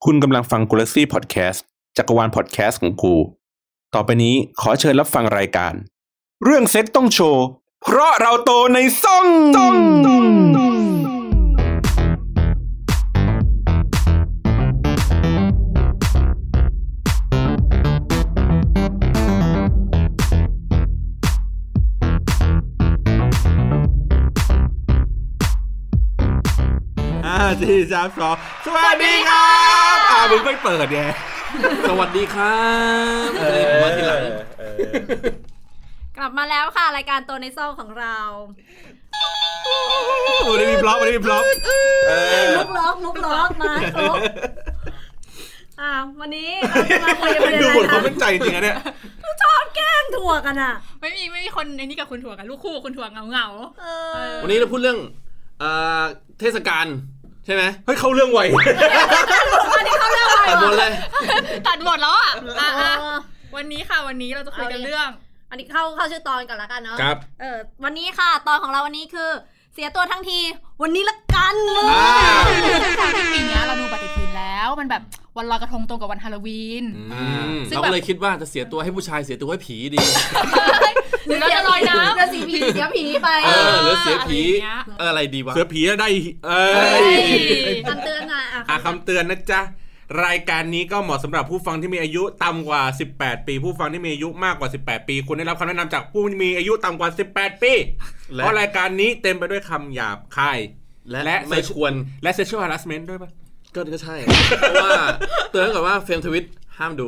คุณกำลังฟังกูลักซี่พอดแคสต์จักรวาลพอดแคสต์ของกูต่อไปนี้ขอเชิญรับฟังรายการเรื่องเซ็กต้องโชว์เพราะเราโตในซ่อง4 3 2สวัสดีครับมึงไม่เปิดไงสวัสดีครับมาทีหลังกลับมาแล้วค่ะรายการโตในซ่องของเราวันนี้มีบล็อกลุกล็อกมาครบวันนี้มาคุยกันดูหมดความมั่นใจจริงๆนะเนี่ยชอบแกล้งถั่วกันอ่ะไม่มีคนในนี้กับคุณถั่วกันลูกคู่คุณถั่วเงาวันนี้เราพูดเรื่องเทศกาลใช่ไหมเฮ้ยเข้าเรื่องไววันนี้เข้าเรื่องไวตัดหมดเลยตัดหมดแล้วอ่ะวันนี้เราจะคุยกันเรื่องอันนี้เข้าชื่อตอนก่อนละกันเนาะครับวันนี้ค่ะตอนของเราวันนี้คือเสียตัวทั้งทีวันนี้ละกันเลยปีนี้เราดูปฏิทินแล้วมันแบบวันลอยกระทงตรงกับวันฮาโลวีนเราก็เลยคิดว่าจะเสียตัวให้ผู้ชายเสียตัวให้ผีดีหรือเราจะลอยน้ำจะเสียผีไปหรือเสียผีอะไรดีวะเสียผีได้คำเตือนหน่อยคำเตือนนะจ๊ะรายการนี้ก็เหมาะสำหรับผู้ฟังที่มีอายุต่ำกว่า18ปีผู้ฟังที่มีอายุมากกว่า18ปีคุณได้รับคำแนะนำจากผู้มีอายุต่ำกว่า18ปีเพราะรายการนี้เต็มไปด้วยคำหยาบคายและไม่ควรและ sexual harassment ด้วยป่ะก็ใช่เพราะว่าเตือนก่อนว่าเฟรมทวิตห้ามดู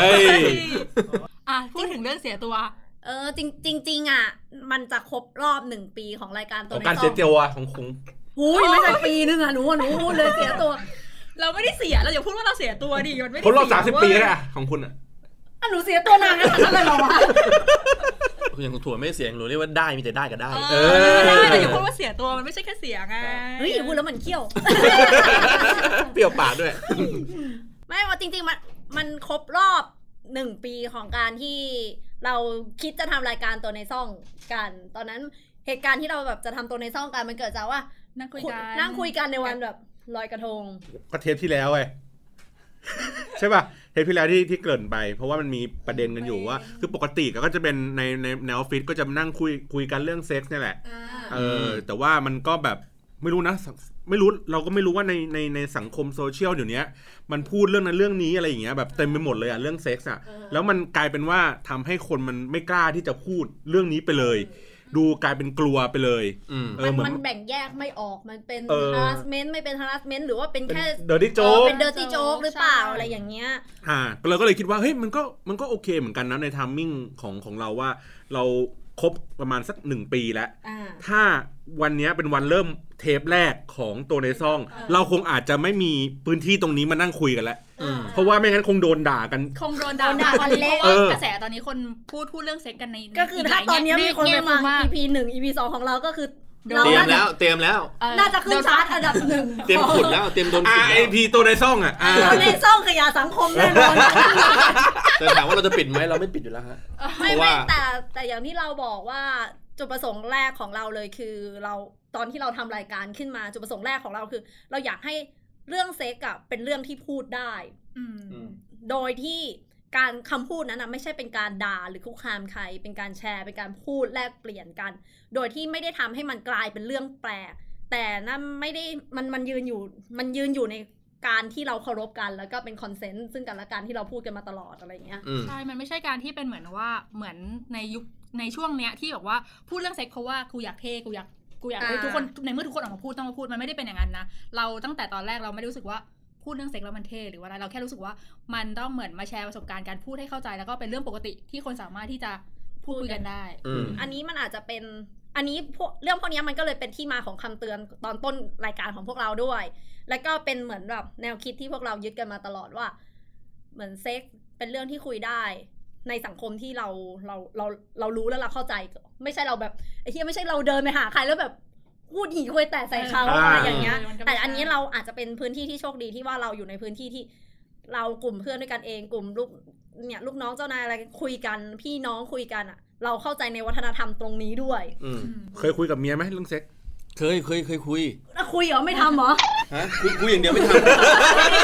พูดถึงเรื่องเสียตัวจริงอ่ะมันจะครบรอบ1ปีของรายการตัวในการเสียตัวของคุณไม่ใช่ปีนึงอ่ะหนูพูดเลยเสียตัวเราไม่ได้เสียเราอย่าพูดว่าเราเสียตัวดิมันไม่ได้ครบรอบ30ปีแล้วของคุณอ่ะหนูเสียตัวนานนะอะไรหรอวะคุณยังถั่วไม่เสียงหนูเรียกว่าได้มีแต่ได้กับได้แต่อย่าพูดว่าเสียตัวมันไม่ใช่แค่เสียไงอย่าพูดแล้วมันเขี้ยวเปรี้ยวปากด้วยไม่ว่าจริงๆมันครบรอบ1ปีของการที่เราคิดจะทำรายการตัวในซ่องกันตอนนั้นเหตุการณ์ที่เราแบบจะทำตัวในซ่องกันมันเกิดจากว่านั่งคุยกันในวันแบบลอยกระทงก็เทปที่แล้วไงใช่ป่ะเทปที่แล้วที่เกริ่นไปเพราะว่ามันมีประเด็นกันอยู่ว่าคือปกติก็จะเป็นในออฟฟิศก็จะนั่งคุยกันเรื่องเซ็กส์นี่แหละแต่ว่ามันก็แบบไม่รู้นะไม่รู้เราก็ไม่รู้ว่าในสังคมโซเชียลเดี๋ยวนี้มันพูดเรื่องนั้นเรื่องนี้อะไรอย่างเงี้ยแบบเต็มไปหมดเลยอะเรื่องเซ็กส์อะแล้วมันกลายเป็นว่าทำให้คนมันไม่กล้าที่จะพูดเรื่องนี้ไปเลยดูกลายเป็นกลัวไปเลยมันแบ่งแยกไม่ออกมันเป็น harassment ไม่เป็น harassment หรือว่าเป็นแค่ dirty joke เป็น dirty joke หรือเปล่าอะไรอย่างเงี้ยเราก็เลยคิดว่าเฮ้ยมันก็โอเคเหมือนกันนะในไทมิ่งของเราว่าเราครบประมาณสัก1ปีแล้วถ้าวันนี้เป็นวันเริ่มเทปแรกของตัวในซ่องเราคงอาจจะไม่มีพื้นที่ตรงนี้มานั่งคุยกันแล้วเพราะว่าไม่งั้นคงโดนด่ากันคงโดนด่าวันเล็กกระแสตอนนี้คนพูดเรื่องเซ็กกันในก็คือถ้าตอนนี้มีคนไปฟัง EP 1 EP 2ของเราก็คือเตรียมแล้วน่าจะขึ้นชาร์ตอันดับ1 เตรียมขุดแล้วเตรียมโดนขุด IP ตัวในซ่องตัวในซ่องขยะสังคมแน่นอนแต่ถามว่าเราจะปิดไหมเราไม่ปิดอยู่แล้วฮะไม่แต่อย่างที่เราบอกว่าจุดประสงค์แรกของเราเลยคือเราตอนที่เราทำรายการขึ้นมาจุดประสงค์แรกของเราคือเราอยากให้เรื่องเซ็กอะเป็นเรื่องที่พูดได้โดยที่การคำพูดนั้นนะไม่ใช่เป็นการด่าหรือคุกคามใครเป็นการแชร์เป็นการพูดแลกเปลี่ยนกันโดยที่ไม่ได้ทำให้มันกลายเป็นเรื่องแปลกแต่นั่นไม่ได้มันยืนอยู่ในการที่เราเคารพกันแล้วก็เป็นคอนเซนต์ซึ่งกันและกันที่เราพูดกันมาตลอดอะไรอย่างเงี้ยใช่มันไม่ใช่การที่เป็นเหมือนว่าเหมือนในยุคในช่วงเนี้ยที่แบบว่าพูดเรื่องเซ็กเพราะว่ากูอยากเท่กูอยากให้ทุกคนในเมื่อทุกคนออกมาพูดต้องมาพูดมันไม่ได้เป็นอย่างนั้นนะเราตั้งแต่ตอนแรกเราไม่ได้รู้สึกว่าพูดเรื่องเซ็กแล้วมันเท่หรือว่าอะไรเราแค่รู้สึกว่ามันต้องเหมือนมาแชร์ประสบการณ์การพูดให้เข้าใจแล้วก็เป็นเรื่องปกติที่คนสามารถที่จะพูดคุยกันได้อันนี้มันอาจจะเป็นอันนี้เรื่องพวกนี้มันก็เลยเป็นที่มาของคำเตือนตอนต้นรายการของพวกเราด้วยแล้วก็เป็นเหมือนแบบแนวคิดที่พวกเรายึดกันมาตลอดว่าเหมือนเซ็กเป็นเรื่องที่คุยได้ในสังคมที่เรารู้แล้วเราเข้าใจไม่ใช่เราแบบไอ้ที่ไม่ใช่เราเดินไปหาใครแล้วแบบพูดหีคุยแต่ใส่เขาอะไรอย่างเงี้ยแต่อันนี้เราอาจจะเป็นพื้นที่ที่โชคดีที่ว่าเราอยู่ในพื้นที่ที่เรากลุ่มเพื่อนด้วยกันเองกลุ่มลูกน้องเจ้านายอะไรคุยกันพี่น้องคุยกันอ่ะเราเข้าใจในวัฒนธรรมตรงนี้ด้วยเคยคุยกับเมียไหมเรื่องเซ็กเคยคุยคุยเหรอไม่ทำเหรอฮะคุยอย่างเดียวไม่ทำคุ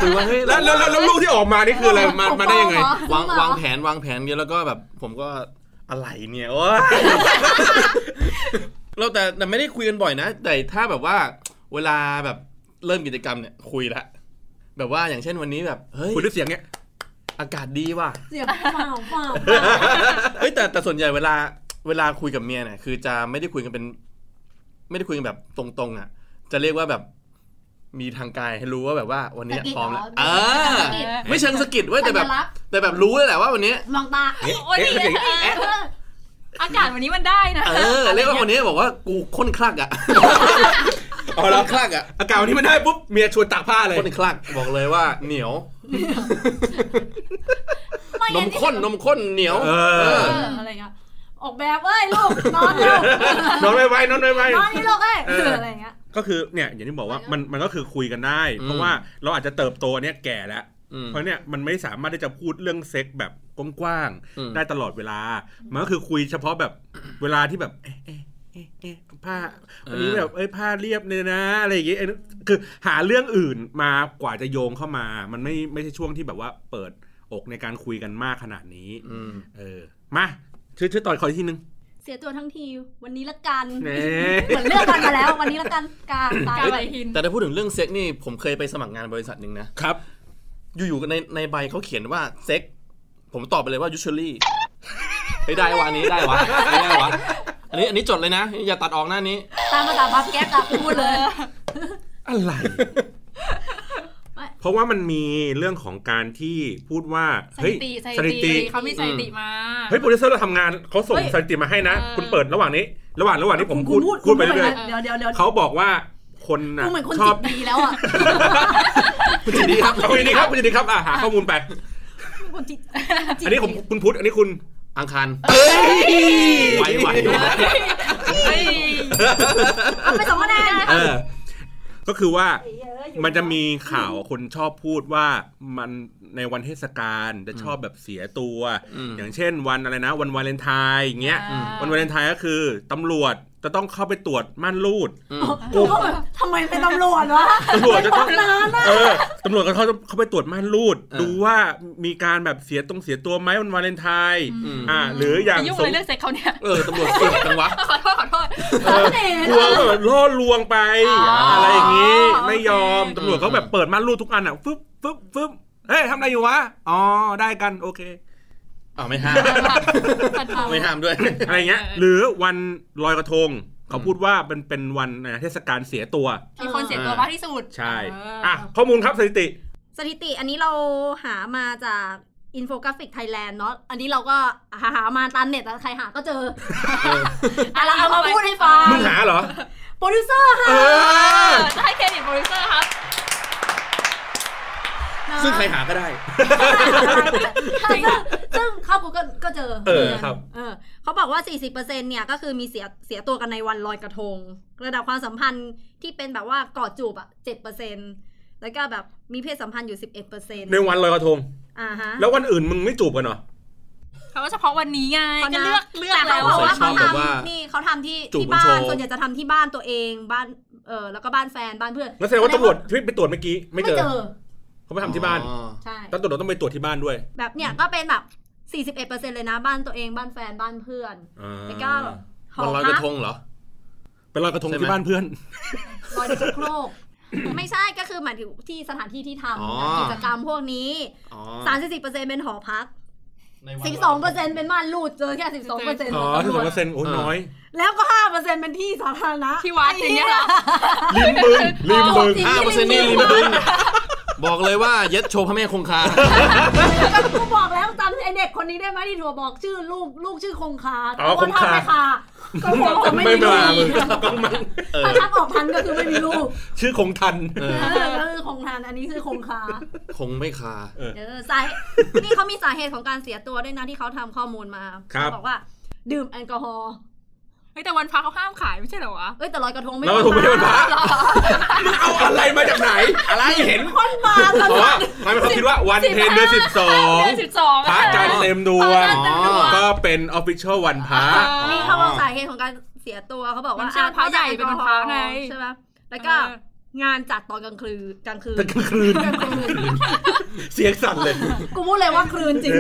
คือว่าเฮ้ยแล้วลูกที่ออกมานี่คืออะไรมาได้ยังไงวางแผนเยอะแล้วก็แบบผมก็อะไรเนี่ยเราแต่ไม่ได้คุยกันบ่อยนะแต่ถ้าแบบว่าเวลาแบบเริ่มกิจกรรมเนี่ยคุยละแบบว่าอย่างเช่นวันนี้แบบเฮ้ยคุยด้วยเสียงเนี้ยอากาศดีว่ะเสียงเปล่าเฮ้ยแต่ส่วนใหญ่เวลาคุยกับเมียเนี่ยคือจะไม่ได้คุยกันแบบตรงๆอ่ะจะเรียกว่าแบบมีทางกายให้รู้ว่าแบบว่าวันนี้พร้อมแล้วไม่เชิงสะกิดเว้ยแต่แบบรู้เลยแหละว่าวันนี้มองตาอากาศวันนี้มันได้นะเรียกว่าวันนี้บอกว่ากูข้นคลักอ่ะเอาแล้วคลักอ่ะอากาศวันนี้มันได้ปุ๊บเมียชวนตากผ้าเลยข้นคลักบอกเลยว่าเหนียวนมข้นเหนียวอะไรเงี้ยออกแบบเอ้ยลูกนอนลูกนอนไวๆนอนนี่ลูกเอ้ยอะไรเงี้ยก็คือเนี่ยอย่างที่บอกว่ามันก็คือคุยกันได้เพราะว่าเราอาจจะเติบโตเนี่ยแก่แล้วเพราะเนี่ยมันไม่สามารถที่จะพูดเรื่องเซ็กแบบกว้างๆได้ตลอดเวลามันก็คือคุยเฉพาะแบบเวลาที่แบบผ้าวันนี้แบบผ้าเรียบเลยนะอะไรอย่างงี้คือหาเรื่องอื่นมากว่าจะโยงเข้ามามันไม่ใช่ช่วงที่แบบว่าเปิดอกในการคุยกันมากขนาดนี้มาชื่อต่อยคอยที่นึงเสียตัวทั้งทีวันนี้ละกันเหมือนเลือกกันมาแล้ววันนี้ละกันการไปหินแต่ถ้าพูดถึงเรื่องเซ็กนี่ผมเคยไปสมัครงานบริษัทนึงนะครับอยู่ๆในใบเขาเขียนว่าเซ็กผมตอบไปเลยว่า usually ได้วะนี้ได้วะอันนี้จดเลยนะอย่าตัดออกหน้านี้ตามภาษาบัฟแก๊กอะพูดเลยอะไรเพราะว่ามันมีเรื่องของการที่พูดว่าเฮ้ยสถิติเขามีสถิติมาเฮ้ยโปรดิวเซอร์เราทำงานเขาส่งสถิติมาให้นะคุณเปิดระหว่างนี้ผมพูดไปเรื่อยๆเขาบอกว่าคนน่ะชอบดีแล้วอ่ะคุณจิตดีครับคุณจิตดีครับหาข้อมูลไปอันนี้คุณพุทธอันนี้คุณอังคารไหวเอาไป2คะแนนก็คือว่ามันจะมีข่าวคนชอบพูดว่ามันในวันเทศกาลจะชอบแบบเสียตัวอย่างเช่นวันอะไรนะวันวาเลนไทน์อย่างเงี้ยวันวาเลนไทน์ก็คือตำรวจจะต้องเข้าไปตรวจม่านรูดทำไมเป็นตำรวจวะตำรวจจะต้องตำรวจก็เข้าไปตรวจม่านรูดดูว่ามีการแบบเสียตัวไหมวันวาเลนไทน์หรืออย่างยุ่งเลยเรื่องเซ็กเขาเนี่ยตำรวจเสียจังวะขอโทษกลัวแบบล่อลวงไปอะไรอย่างงี้ไม่ยอมตำรวจเขาแบบเปิดม่านรูดทุกอันอ่ะฟึบเฮ้ยทำอะไรอยู่วะอ๋อได้กันโอเคไม่ห้ามด้วยอะไรเงี้ยหรือวันลอยกระทงเขาพูดว่าเป็นวันเทศกาลเสียตัวมีคนเสียตัวมากที่สุดใช่ข้อมูลครับสถิติอันนี้เราหามาจากอินโฟกราฟิกไทยแลนด์เนาะอันนี้เราก็หามาตามเน็ตใครหาก็เจอเราเอามาพูดให้ฟังมึงหาเหรอโปรดิวเซอร์ค่ะให้เครดิตโปรดิวเซอร์ครับซึ่งใครหาก็ได้ซึ่งเข้า Google ก็เจอครับเขาบอกว่า 40% เนี่ยก็คือมีเสียตัวกันในวันลอยกระทงระดับความสัมพันธ์ที่เป็นแบบว่ากอดจูบ7%แล้วก็แบบมีเพศสัมพันธ์อยู่ 11% ในวันลอยกระทงแล้ววันอื่นมึงไม่จูบกันเหรอเขาเฉพาะวันนี้ไงก็เลือกแล้วว่าเขาทำนี่เขาทำที่บ้านส่วนใหญ่จะทำที่บ้านตัวเองบ้านแล้วก็บ้านแฟนบ้านเพื่อนแล้วแสดงว่าตำรวจที่ไปตรวจเมื่อกี้ไม่เจอเขาไปทำที่บ้านใช่ตำรวจต้องไปตรวจที่บ้านด้วยแบบเนี่ยก็เป็นแบบ 41% เลยนะบ้านตัวเองบ้านแฟนบ้านเพื่อนแล้วก็วันลอยกระทงเหรอเป็นลอยกระทงที่บ้านเพื่อนลอยกระทงไม่ใช่ก็คือหมายถึงที่สถานที่ที่ทำกิจกรรมพวกนี้ 34% เป็นหอพัก 12% เป็นบ้านลูดเจอแค่ 12% อ๋อ 12% โอ้น้อยแล้วก็ 5% เป็นที่สาธารณะที่วัดอย่างเงี้ยเหรอริมบึง 5% นี่ริมบึงบอกเลยว่าเย็ดโชว์พระแม่คงคากูบอกแล้วจำไอเด็กคนนี้ได้ไหมที่ถั่วบอกชื่อลูกชื่อคงคาคงคาก็บอกจะไม่มีถ้าทักออกทันก็คือไม่มีลูกชื่อคงทันก็คือคงทันอันนี้คือคงคาคงไม่คานี่เขามีสาเหตุของการเสียตัวด้วยนะที่เขาทำข้อมูลมาเขาบอกว่าดื่มแอลกอฮอล์แต่วันพระเขาห้ามขายไม่ใช่เหรอวะแต่ลอยกระทงไม่ลอยกระทงไม่ใช่วันพระมึงเอาอะไรมาจากไหนอะไรเห็นคนมาเพราะว่าเขาคิดว่าวันเพ็ญเดือน12พระจันทร์เต็มดวงก็เป็น official วันพระนี่เขาบอกสาเหตุของการเสียตัวเขาบอกว่าพระใหญ่เป็นวันพระไงใช่ไหมแล้วก็งานจัดตอนกลางคืนกลางคืนเสียงสั่นเลยกูพูดเลยว่าคืนจริง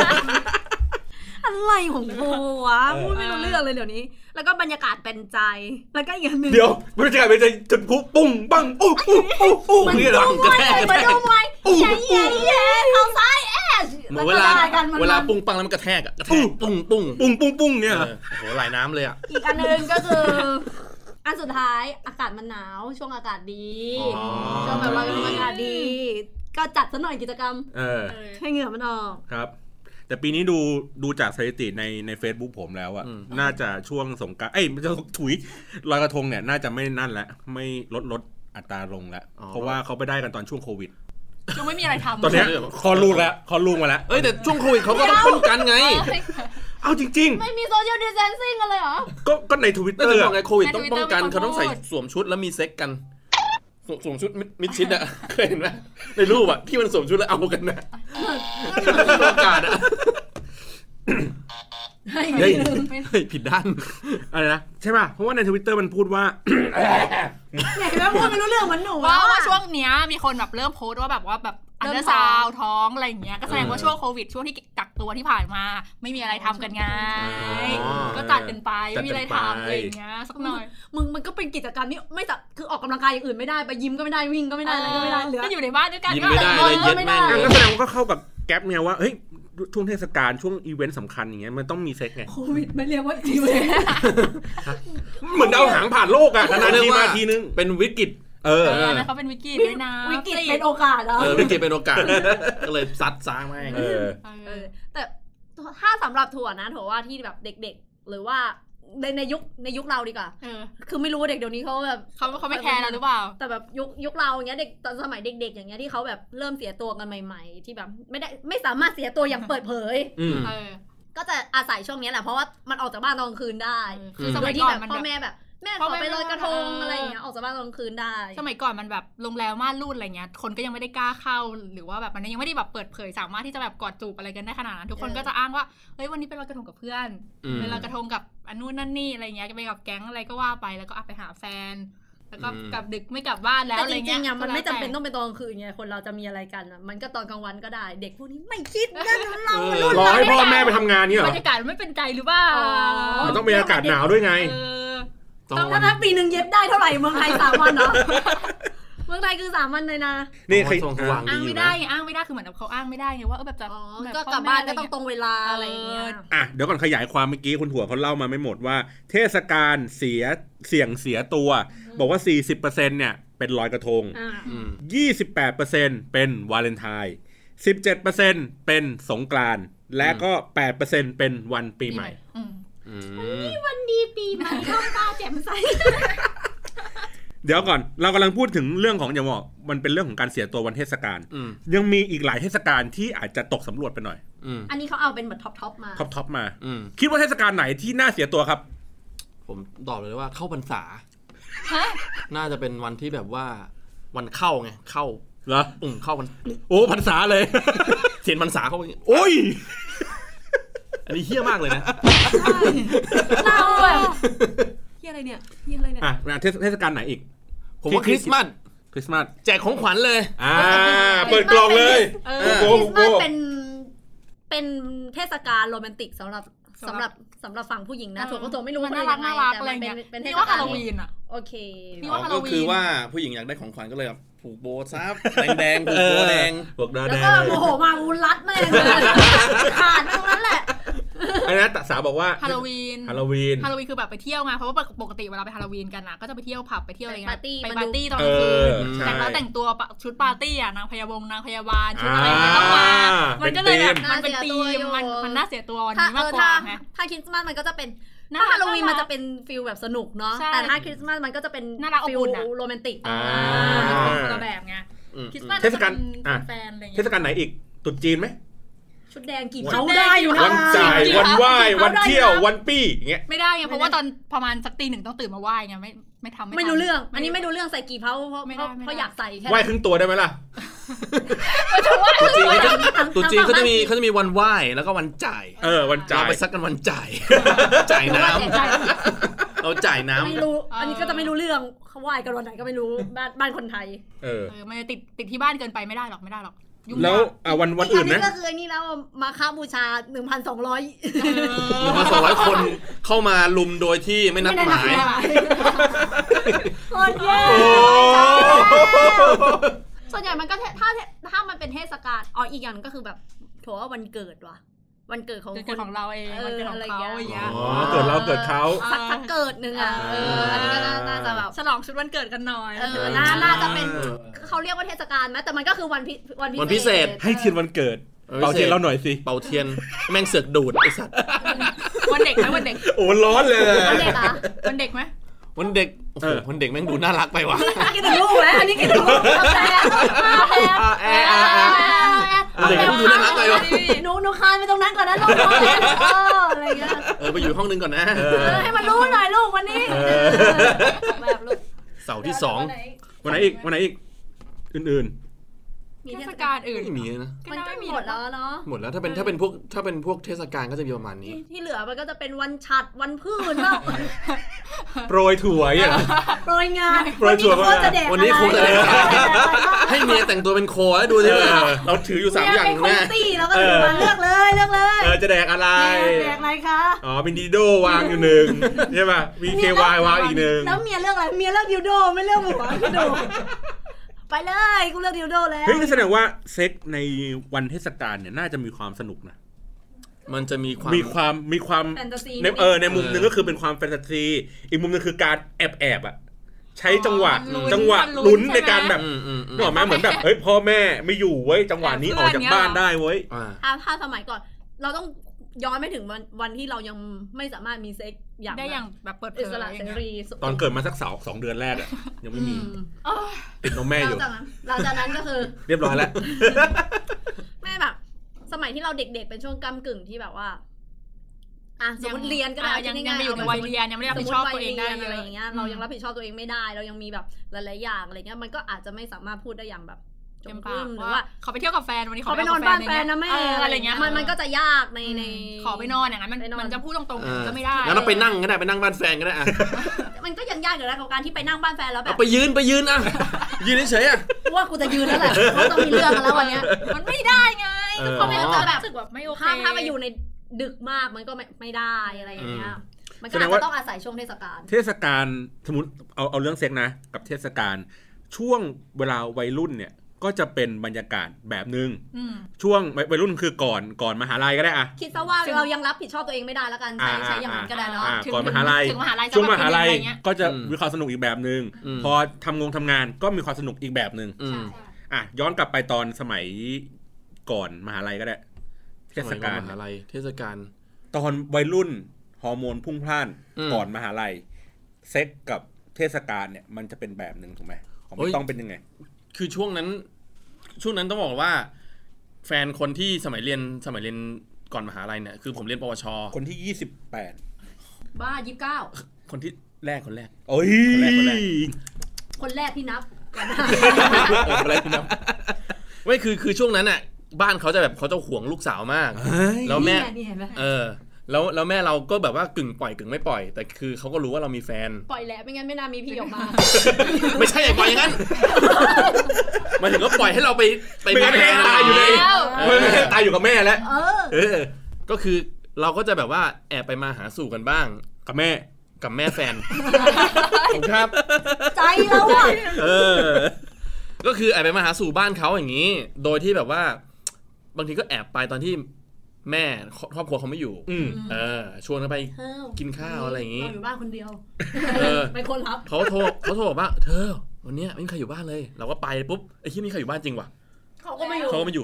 อะไรของกูวะพูดไม่รู้เรื่องเลยเดี๋ยวนี้แล้วก็บรรยากาศเป็นใจแล้วก็อีกอันนึงเดี๋ยวบรรยากาศเป็นใจจุดพลุปุ้งบังอู้นี่เหรอกระแทกเหมือนดูมวยเย้เอาซ้ายเวลาปุ้งปังแล้วมันกระแทกปุ้งเนี่ยโอ้โหไหลน้ำเลยอ่ะอีกอันนึงก็คืออันสุดท้ายอากาศมันหนาวช่วงอากาศดีช่วงแบบว่าอากาศดีก็จัดซะหน่อยกิจกรรมให้เหงื่อมันออกครับแต่ปีนี้ดูจากสถิติใน Facebook ผมแล้วอะน่าจะช่วงสงกรานต์มันจะถุยลอยกระทงเนี่ยน่าจะไม่นั่นแล้วไม่ลดอัตราลงแล้วเพราะว่าเขาไปได้กันตอนช่วงโควิดยังไม่มีอะไรทำตอนนี้คอลูกมาแล้วแต่ช่วงโควิดเขาก็ต้องป้องกันไงเอาจริงๆไม่มีโซเชียลดิสแทนซิ่งกันเลยเหรอก็ใน Twitter บอกไงโควิดต้องป้องกันเขาต้องใส่สวมชุดแล้วมีเซ็กกันสวมชุดมิดชิดอะเคยเห็นไหมในรูปอะที่มันสวมชุดแล้วเอากันนะโอกาสอะเฮ้ยผิดด้านอะไรนะใช่ป่ะเพราะว่าใน Twitter มันพูดว่าเนี่ยแล้วพูดไม่รู้เรื่องมันหนูว่าช่วงเนี้ยมีคนแบบเริ่มโพสต์ว่าแบบอันเดอร์ซาวท้องอะไรอย่างเงี้ยก็แสดงว่าช่วงโควิดช่วงที่กักตัวที่ผ่านมาไม่มีอะไรทำกันไงก็จัดกันไปไม่มีอะไรทำอะไรอย่างเงี้ยสักหน่อยมันก็เป็นกิจกรรมที่ไม่จัดคือออกกำลังกายอย่างอื่นไม่ได้ไปยิมก็ไม่ได้วิ่งก็ไม่ได้อะไรก็ไม่ได้เหลืออยู่ในบ้านด้วยกันก็ไม่ได้ก็แสดงว่าก็เข้ากับแก๊ปเนี่ยว่าเฮ้ยช่วงเทศกาลช่วงอีเวนต์สำคัญอย่างเงี้ยมันต้องมีเซ็กไงโควิดไม่เรียกว่าอีเวนต์เหมือนดาวหางผ่านโลกอะนานทีมาทีนึงเป็นวิกฤตนะเขาเป็นวิกฤตด้วยนะวิกฤตเป็นโอกาสเหรอวิกฤตเป็นโอกาสก็เลยซัดซ้างมาแต่ถ้าสำหรับถั่วนะถั่วว่าที่แบบเด็กๆหรือว่าในยุคเราดีกว่าคือไม่รู้เด็กเดี๋ยวนี้เขาแบบเขาไม่แคร์เราหรือเปล่าแต่แบบยุคเราอย่างเงี้ยเด็กตอนสมัยเด็กๆอย่างเงี้ยที่เขาแบบเริ่มเสียตัวกันใหม่ๆที่แบบไม่สามารถเสียตัวอย่างเปิดเผยก็จะอาศัยช่วงนี้แหละเพราะว่ามันออกจากบ้านตอนกลางคืนได้คือสมัยที่แบบพ่อแม่แบบแม่ขอไปลอยกระทงอะไรอย่างเงี้ยออกจากบ้านตอนกลางคืนได้สมัยก่อนมันแบบโรงแรมม่านรูดอะไรเงี้ยคนก็ยังไม่ได้กล้าเข้าหรือว่าแบบมันยังไม่ได้แบบเปิดเผยสามารถที่จะแบบกอดจูบอะไรกันได้ขนาดนั้นทุกคนก็จะอ้างว่าเฮ้ยวันนี้ไปลอยกระทงกับเพื่อนไปลอยกระทงกับอันนู้นนั่นนี่อะไรเงี้ยไปกับแก๊งอะไรก็ว่าไปแล้วก็ไปหาแฟนแล้วก็กลับดึกไม่กลับบ้านแล้วอะไรเงี้ยมันไม่จำเป็นต้องเป็นตอนกลางคืนไงคนเราจะมีอะไรกันมันก็ตอนกลางวันก็ได้เด็กพวกนี้ไม่คิดนะเรารอให้พ่อแม่ไปทำงานนี่เหรอบรรยากาศไม่เป็นใจหรือเปล่ามันต้องมีอากาศหนาวด้วยไงต้องถ้าปีนึงเย็บได้เท่าไหร่เมืองไทย3 วันเนาะเมืองไทยคือ3 วันเลยนะนี่ใครอ้างไม่ได้คือเหมือนเขาอ้างไม่ได้ไงว่าแบบจะก็กลับบ้านก็ต้องตรงเวลาอะไรอย่างเงี้ยเดี๋ยวก่อนขยายความเมื่อกี้คุณถั่วเขาเล่ามาไม่หมดว่าเทศกาลเสียตัวบอกว่า 40% เนี่ยเป็นลอยกระทง 28% เป็นวาเลนไทน์ 17% เป็นสงกรานต์และก็ 8% เป็นวันปีใหม่วันดีปีใหม่ท้องฟ้าแจ่มใสเดี๋ยวก่อนเรากำลังพูดถึงเรื่องของอย่างบอกมันเป็นเรื่องของการเสียตัววันเทศกาลยังมีอีกหลายเทศกาลที่อาจจะตกสำรวจไปหน่อยอันนี้เขาเอาเป็นแบบท็อปมาคิดว่าเทศกาลไหนที่น่าเสียตัวครับผมตอบเลยว่าเข้าพรรษาน่าจะเป็นวันที่แบบว่าวันเข้าไงเข้าเหรอเข้าวันโอ้พรรษาเลยเสียนพรรษาเข้าโอ้ยอันนี้เหี้ยมากเลยนะเราแบบเหี้ยอะไรเนี่ยเทศกาลไหนอีกผมว่าคริสต์มาสแจกของขวัญเลยเปิดกล่องเลยคริสต์มาสเป็นเทศกาลโรแมนติกสำหรับฝั่งผู้หญิงนะส่วนตัวไม่รู้ว่าน่ารักอะไรเงี้ยเป็นเทศกาลฮาโลวีนอ่ะโอเคก็คือว่าผู้หญิงอยากได้ของขวัญก็เลยผูกโบซับแดงผูกโบแดงแล้วก็โมโหมาอุรัดแม่งเลยขาดตรงนั้นแหละอันนั้นสาวบอกว่าฮาโลวีนคือแบบไปเที่ยวไงเพราะว่าปกติเวลาไปฮาโลวีนกันนะก็จะไปเที่ยวผับไปเที่ยวอะไรเงี้ยไปปาร์ตี้ตอนกลางคืนแต่งตัวชุดปาร์ตี้อ่ะนางพยาบาลชุดอะไรเงี้ยต้องมามันก็เลยแบบมันเป็นธีมมันน่าเสียตัววันนี้มากกว่าไงถ้าคริสต์มาสมันก็จะเป็นถ้าฮาโลวีนมันจะเป็นฟีลแบบสนุกเนาะแต่ถ้าคริสต์มาสมันก็จะเป็นฟีลโรแมนติกคนละแบบไงคริสต์มาสเทศกาลแฟนอะไรเงี้ยเทศกาลไหนอีกตุ๊ดจีนไหมชุดแดงกี่เขาได้อยู่นะวันจ่ายวันไหว้วันเที่ยววันปี้อย่างเงี้ยไม่ได้ไงเพราะว่าตอนประมาณสักตีหนึ่งต้องตื่นมาไหว้ไงไม่ทำไม่รู้เรื่องอันนี้ไม่รู้เรื่องใส่กี่เผาเพราะอยากใส่แค่ไหว้ครึ่งตัวได้ไหมล่ะตุ๊ดจีนเขาจะมีวันไหว้แล้วก็วันจ่ายวันจ่ายไปซักกันวันจ่ายน้ำเราจ่ายน้ำไม่รู้ อันนี้ก็จะไม่รู้เรื่องเขาไหว้กันวันไหนก็ไม่รู้บ้านคนไทยมันจะติดที่บ้านเกินไปไม่ได้หรอกแล้ววันอื่นนะก็คือนี่แล้วมาค้าบูชา 1,200 คนเข้ามาลุมโดยที่ไม่นัดหมายคนเย่ส่วนใหญ่มันก็ถ้ามันเป็นเทศกาลอีกอย่างก็คือแบบถือว่าวันเกิดว่ะวันเกิดของเราเองวันเกิดของเขาอย่างเงี้ยเกิดเราเกิดเขาสักเกิดนึงอันนี้ก็น่าจะแบบฉลองชุดวันเกิดกันหน่อยน่าจะเป็นเขาเรียกว่าเทศกาลไหมแต่มันก็คือวันพิเศษให้เทียนวันเกิดเป่าเทียนเราหน่อยสิเป่าเทียนแม่งเสือกดูดไอ้สัตว์วันเด็กไหมวันเด็กโอ้ร้อนเลยวันเด็กอะวันเด็กไหมวันเด็กวันเด็กแม่งดูน่ารักไปว่ะกินแต่ลูกไหมอันนี้กินแต่ลูกเด็กแม่งดูน่ารักไปว่ะหนูคานไปตรงนั้นก่อนนะลูกอะไรเงี้ยไปอยู่ห้องนึงก่อนนะให้มันรู้หน่อยลูกวันนี้แบบลูกเสาร์ที่2 วันไหนอีกอื่นเทศกาลอื่นไม่มีนะมันก็หมดแล้วเนาะหมดแล้วถ้าเป็นพวกเทศกาลก็จะมีประมาณนี้ที่เหลือมันก็จะเป็นวันฉัตรวันพืชว่าโปรยถั่วอ่ะโปรยงานวันนี้โคจะแดกวันนี้โคจะแดกให้เมียแต่งตัวเป็นโคแล้วดูสิเราถืออยู่3อย่างแม่แล้วก็มาเลือกเลยจะแดกอะไรแดกอะไรคะเป็นดิโดวางอยู่หนึ่งใช่ป่ะมีเควายวางอีกหนึ่งแล้วเมียเลือกอะไรเมียเลือกดิวโดไม่เลือกหมูดิวโดไปเลยกูเลือกดิวโดแล้วเฮ้ยแสดงว่าเซ็กในวันเทศกาลเนี่ยน่าจะมีความสนุกนะมันจะมีความแฟนตาซีในมุมนึงก็คือเป็นความแฟนตาซีอีกมุมนึงคือการแอบอ่ะใช้จังหวะลุ้นในการแบบนึกออกมั้ยเหมือนแบบเฮ้ยพ่อแม่ไม่อยู่เว้ยจังหวะนี้ออกจากบ้านได้เว้ยถ้าสมัยก่อนเราต้องย้อนไปถึงวันที่เรายังไม่สามารถมีเซ็กอย่างได้อย่างแบบเปิดเผยอิสระเสรีตอนเกิดมาสัก2 เดือนแรกอ่ะยังไม่มีติดนมแม่อยู่หลังจากนั้นก็คือเรียบร้อยแล้วแม่แบบสมัยที่เราเด็กๆเป็นช่วงกำกึ่งที่แบบว่าสมมติเรียนก็ได้ยังไม่อยู่ในวัยเรียนยังไม่ได้รับผิดชอบตัวเองได้อะไรอย่างเงี้ยเรายังรับผิดชอบตัวเองไม่ได้เรายังมีแบบหลายๆอย่างอะไรเงี้ยมันก็อาจจะไม่สามารถพูดได้อย่างแบบจมปากหรือว่าขอไปเที่ยวกับแฟนวันนี้ขอไปนอนบ้านแฟนนะแม่อะไรเงี้ยมันก็จะยากในขอไปนอนอย่างนั้นมันจะพูดตรงๆก็ไม่ได้งั้นเราไปนั่งก็ได้ไปนั่งบ้านแฟนก็ได้มันก็ยังยากอยู่นะกับการที่ไปนั่งบ้านแฟนแล้วแบบไปยืนยืนเฉยว่ากูจะยืนแล้วแหละเพราะต้องมีเรื่องแล้ววันนี้มันไม่ได้ไงเพราะไม่จะแบบรู้สึกแบบไม่โอเคถ้าไปอยู่ในดึกมากมันก็ไม่ได้อะไรอย่างเงี้ยมันก็จะต้องอาศัยช่วงเทศกาลสมมติเอาเรื่องเซ็กนะกับเทศกาลช่วงเวลาวัยรุ่นเนี่ยก็จะเป็นบรรยากาศแบบนึงช่วงวัยรุ่นคือก่อนมหาลัยก็ได้อะคิดซะว่าเรายังรับผิดชอบตัวเองไม่ได้แล้วกันใช้อย่างนั้นก็ได้เนาะก่อนมหาลัยช่วงมหาลัยก็จะมีความสนุกอีกแบบนึงพอทำงานก็มีความสนุกอีกแบบนึงย้อนกลับไปตอนสมัยก่อนมหาลัยก็ได้เทศกาลตอนวัยรุ่นฮอร์โมนพุ่งพล่านก่อนมหาลัยเซ็กกับเทศกาลเนี่ยมันจะเป็นแบบนึงถูกไหมของไม่ต้องเป็นยังไงคือช่วงนั้นต้องบอกว่าแฟนคนที่สมัยเรียนก่อนมหาลัยเนี่ยคือผมเรียนปวชคนที่ 28บ้า29 คนที่คนแรกโอ้ยคนแรกที่นับคนแรกที่นับไม่คือช่วงนั้นน่ะบ้านเขาจะห่วงลูกสาวมากแล้วแม่แล้วแม่เราก็แบบว่ากึ่งปล่อยกึ่งไม่ปล่อยแต่คือเขาก็รู้ว่าเรามีแฟนปล่อยแล้วไม่งั้นไม่น่ามีพี่ออกมาไม่ใช่ปล่อยอย่างนั้นหมายถึงก็ปล่อยให้เราไปมีแม่ตายอยู่เลยตายอยู่กับแม่แล้วก็คือเราก็จะแบบว่าแอบไปมาหาสู่กันบ้างกับแม่แฟนครับใจเราอ่ะก็คือแอบไปมาหาสู่บ้านเขาอย่างนี้โดยที่แบบว่าบางทีก็แอบไปตอนที่แม่ครอบครัวเขาไม่อยู่ชวนเขาไปกินข้าวอะไรอย่างงี้อยู่บ้านคนเดียวไม่คนรับเขาโทรบอกว่าเธอวันนี้ไม่มีใครอยู่บ้านเลยเราก็ไปปุ๊บไอ้ที่มีใครอยู่บ้านจริงวะเขาก็ไม่อยู่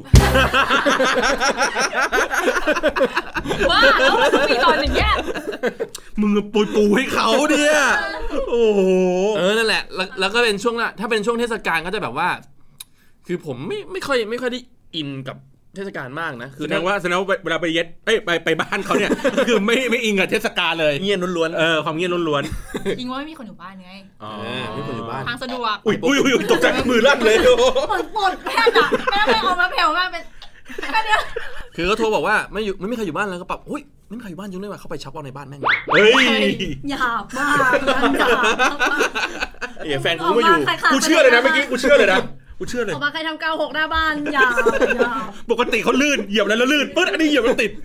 ว่าแล้วมันมีตอนอย่างเงี้ยมึงปูให้เขาเนี่ยโอ้โหนั่นแหละแล้วก็เป็นช่วงน่ะถ้าเป็นช่วงเทศกาลก็จะแบบว่าคือผมไม่ค่อยได้อินกับเทศกาลมากนะคือแสดงว่าเวลาไปเย็ดไปบ้านเขาเนี่ยคือไม่อิงกับเทศกาลเลยเงียบล้วนๆความเงียบล้วนๆอิงว่าไม่มีคนอยู่บ้านไงมีคนอยู่บ้านทางสะดวกอุ้ยตกใจมือลั่นเลยปวดแพทย์อ่ะแม่เอามาแผ่วมากเป็นแค่เนี้ยคือเขาโทรบอกว่าไม่มีใครอยู่บ้านแล้วก็ปรับอุ้ยไม่มีใครอยู่บ้านจริงด้วยว่ะเข้าไปช็อปเอาในบ้านแม่งเฮ้ยหยาบมากนั้นหยาบมากแฟนกูไม่อยู่กูเชื่อเลยนะเมื่อกี้กูเชื่อเลยนะกูเชื่อเลยออกมาใครทำ96หน้าบ้านหยาบปกติเขาลื่นเหยียบแล้วลื่นปึ๊ดอันนี้เหยียบแล้วติด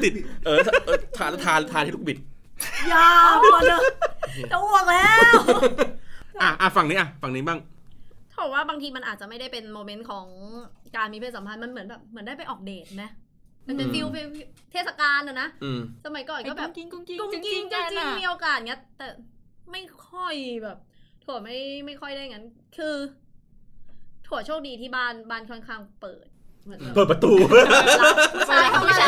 ทานที่ลูกบิดหยาบหมดเลยจะอ้วกแล้วฝั่งนี้บ้างเขาบอกว่าบางทีมันอาจจะไม่ได้เป็นโมเมนต์ของการมีเพศสัมพันธ์มันเหมือนได้ไปออกเดทนะมันเป็นฟิลเทศกาลนะสมัยก่อนก็แบบกุ้งกิ้งมีโอกาสเงี้ยแต่ไม่ค่อยแบบถั่วไม่ค่อยได้งั้นคือถั่วโชคดีที่บ้านค่อนข้างเปิดประตูใช่เข้ามา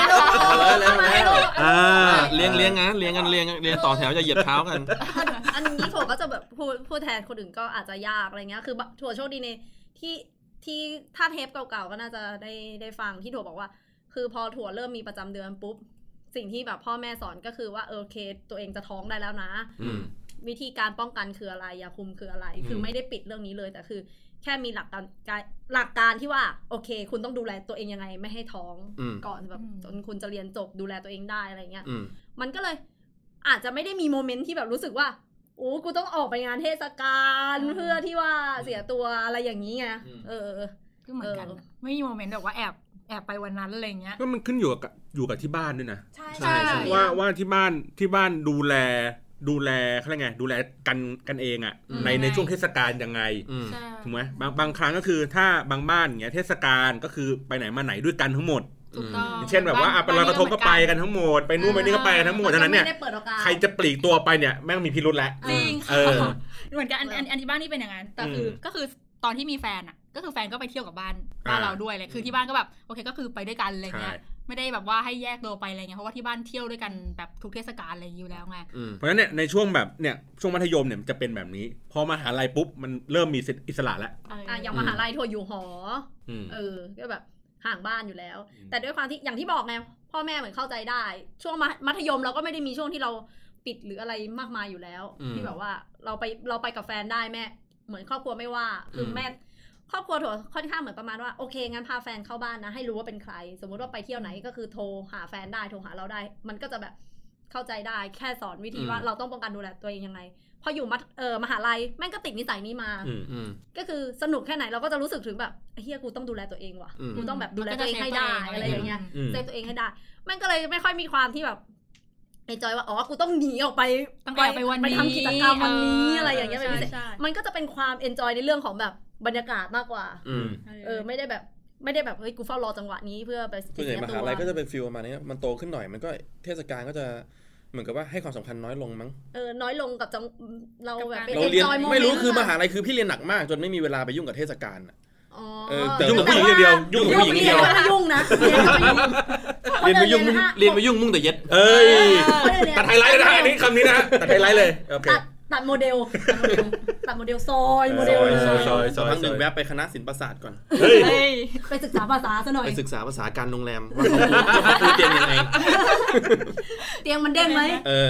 เลี้ยงต่อแถวจะเหยียบเท้ากันอันนี้ถั่วก็จะแบบพูดแทนคนอื่นก็อาจจะยากอะไรเงี้ยคือถั่วโชคดีในที่ถ้าเทปเก่าๆก็น่าจะได้ฟังที่ถั่วบอกว่าคือพอถั่วเริ่มมีประจำเดือนปุ๊บสิ่งที่แบบพ่อแม่สอนก็คือว่าโอเคตัวเองจะท้องได้แล้วนะวิธีการป้องกันคืออะไรยาคุมคืออะไรคือไม่ได้ปิดเรื่องนี้เลยแต่คือแค่มีหลักการที่ว่าโอเคคุณต้องดูแลตัวเองยังไงไม่ให้ท้องก่อนแบบจนคุณจะเรียนจบดูแลตัวเองได้อะไรเงี้ยมันก็เลยอาจจะไม่ได้มีโมเมนต์ที่แบบรู้สึกว่าโอ้กูต้องออกไปงานเทศกาลเพื่อที่ว่าเสียตัวอะไรอย่างนี้ไงก็เหมือนกันไม่มีโมเมนต์แบบว่าแอบไปวันนั้นอะไรเงี้ยก็มันขึ้นอยู่กับที่บ้านด้วยนะใช่ว่าที่บ้านดูแลเขาเรียกไงดูแลกันเองอ่ะในช่วงเทศกาลยังไงถูกไหมบางครั้งก็คือถ้าบางบ้านอย่างเงี้ยเทศกาลก็คือไปไหนมาไหนด้วยกันทั้งหมดเช่นแบบว่าไปลอยกระทงก็ไปกันทั้งหมดไปนู่นไปนี่ก็ไปกันทั้งหมดฉะนั้นเนี่ยใครจะปลีกตัวไปเนี่ยแม่งมีพิรุธแล้วจริงเหมือนกันอันที่บ้านนี่เป็นอย่างนั้นแต่ก็คือตอนที่มีแฟนอ่ะก็คือแฟนก็ไปเที่ยวกับบ้านเราด้วยเลยคือที่บ้านก็แบบโอเคก็คือไปด้วยกันอะไรเงี้ยไม่ได้แบบว่าให้แยกตัวไปอะไรเงี้ยเพราะว่าที่บ้านเที่ยวด้วยกันแบบทุกเทศกาลอะไรอยู่แล้วไงเพราะฉะนั้นเนี่ยในช่วงแบบเนี่ยช่วงมัธยมเนี่ยจะเป็นแบบนี้พอมหาลัยปุ๊บมันเริ่มมีอิสระแล้วอย่างมหาลัยถั่วอยู่หอก็แบบห่างบ้านอยู่แล้วแต่ด้วยความที่อย่างที่บอกไงพ่อแม่เหมือนเข้าใจได้ช่วงมัธยมเราก็ไม่ได้มีช่วงที่เราปิดหรืออะไรมากมายอยู่แล้วที่แบบว่าเราไปกับแฟนได้แม่เหมือนครอบครัวไม่ว่าคือแม่ครอบครัวถั่วค่อนข้างเหมือนประมาณว่าโอเคงั้นพาแฟนเข้าบ้านนะให้รู้ว่าเป็นใครสมมติว่าไปเที่ยวไหนก็คือโทรหาแฟนได้โทรหาเราได้มันก็จะแบบเข้าใจได้แค่สอนวิธีว่าเราต้องป้องกันดูแลตัวเองยังไงพออยู่มหาลัยแม่งก็ติดนิสัยนี้มาก็คือสนุกแค่ไหนเราก็จะรู้สึกถึงแบบเฮียกูต้องดูแลตัวเองว่ะกูต้องแบบดูแลตัวเองให้ได้อะไรอย่างเงี้ยเซฟตัวเองให้ได้แม่งก็เลยไม่ค่อยมีความที่แบบไอ้จอยว่ากูต้องหนีออกไปไปทำกิจกรรมวันนี้อะไรอย่างเงี้ยมันก็จะเป็นความเอนจอยในเรื่องของแบบบรรยากาศมากกว่าไม่ได้แบบเฮ้ยกูเฝ้ารอจังหวะนี้เพื่อไปส่วนใหญ่มหาลัยก็จะเป็นฟีลประมาณนี้มันโตขึ้นหน่อยมันก็เทศกาลก็จะเหมือนกับว่าให้ความสำคัญน้อยลงมั้งน้อยลงกับเราแบบเราเรียนไม่รู้คือมหาลัยคือพี่เรียนหนักมากจนไม่มีเวลาไปยุ่งกับเทศกาลแต่ยุ่งกับผู้หญิงอย่างเดียวยุ่งกับผู้หญิงอย่างเดียวไม่ยุ่งนะเรียนไม่ยุ่งมุ่งแต่เย็ดตัดไฮไลท์นะอันนี้คำนี้นะตัดไฮไลท์เลยโอเคตัดโมเดลซอยโมเดลครั้งหนึ่งแวะไปคณะศิลปศาสตร์ก่อนไปศึกษาภาษาซะหน่อยไปศึกษาภาษาการโรงแรมว่าเขาปูเตียงยังไงเตียงมันเด้งไหม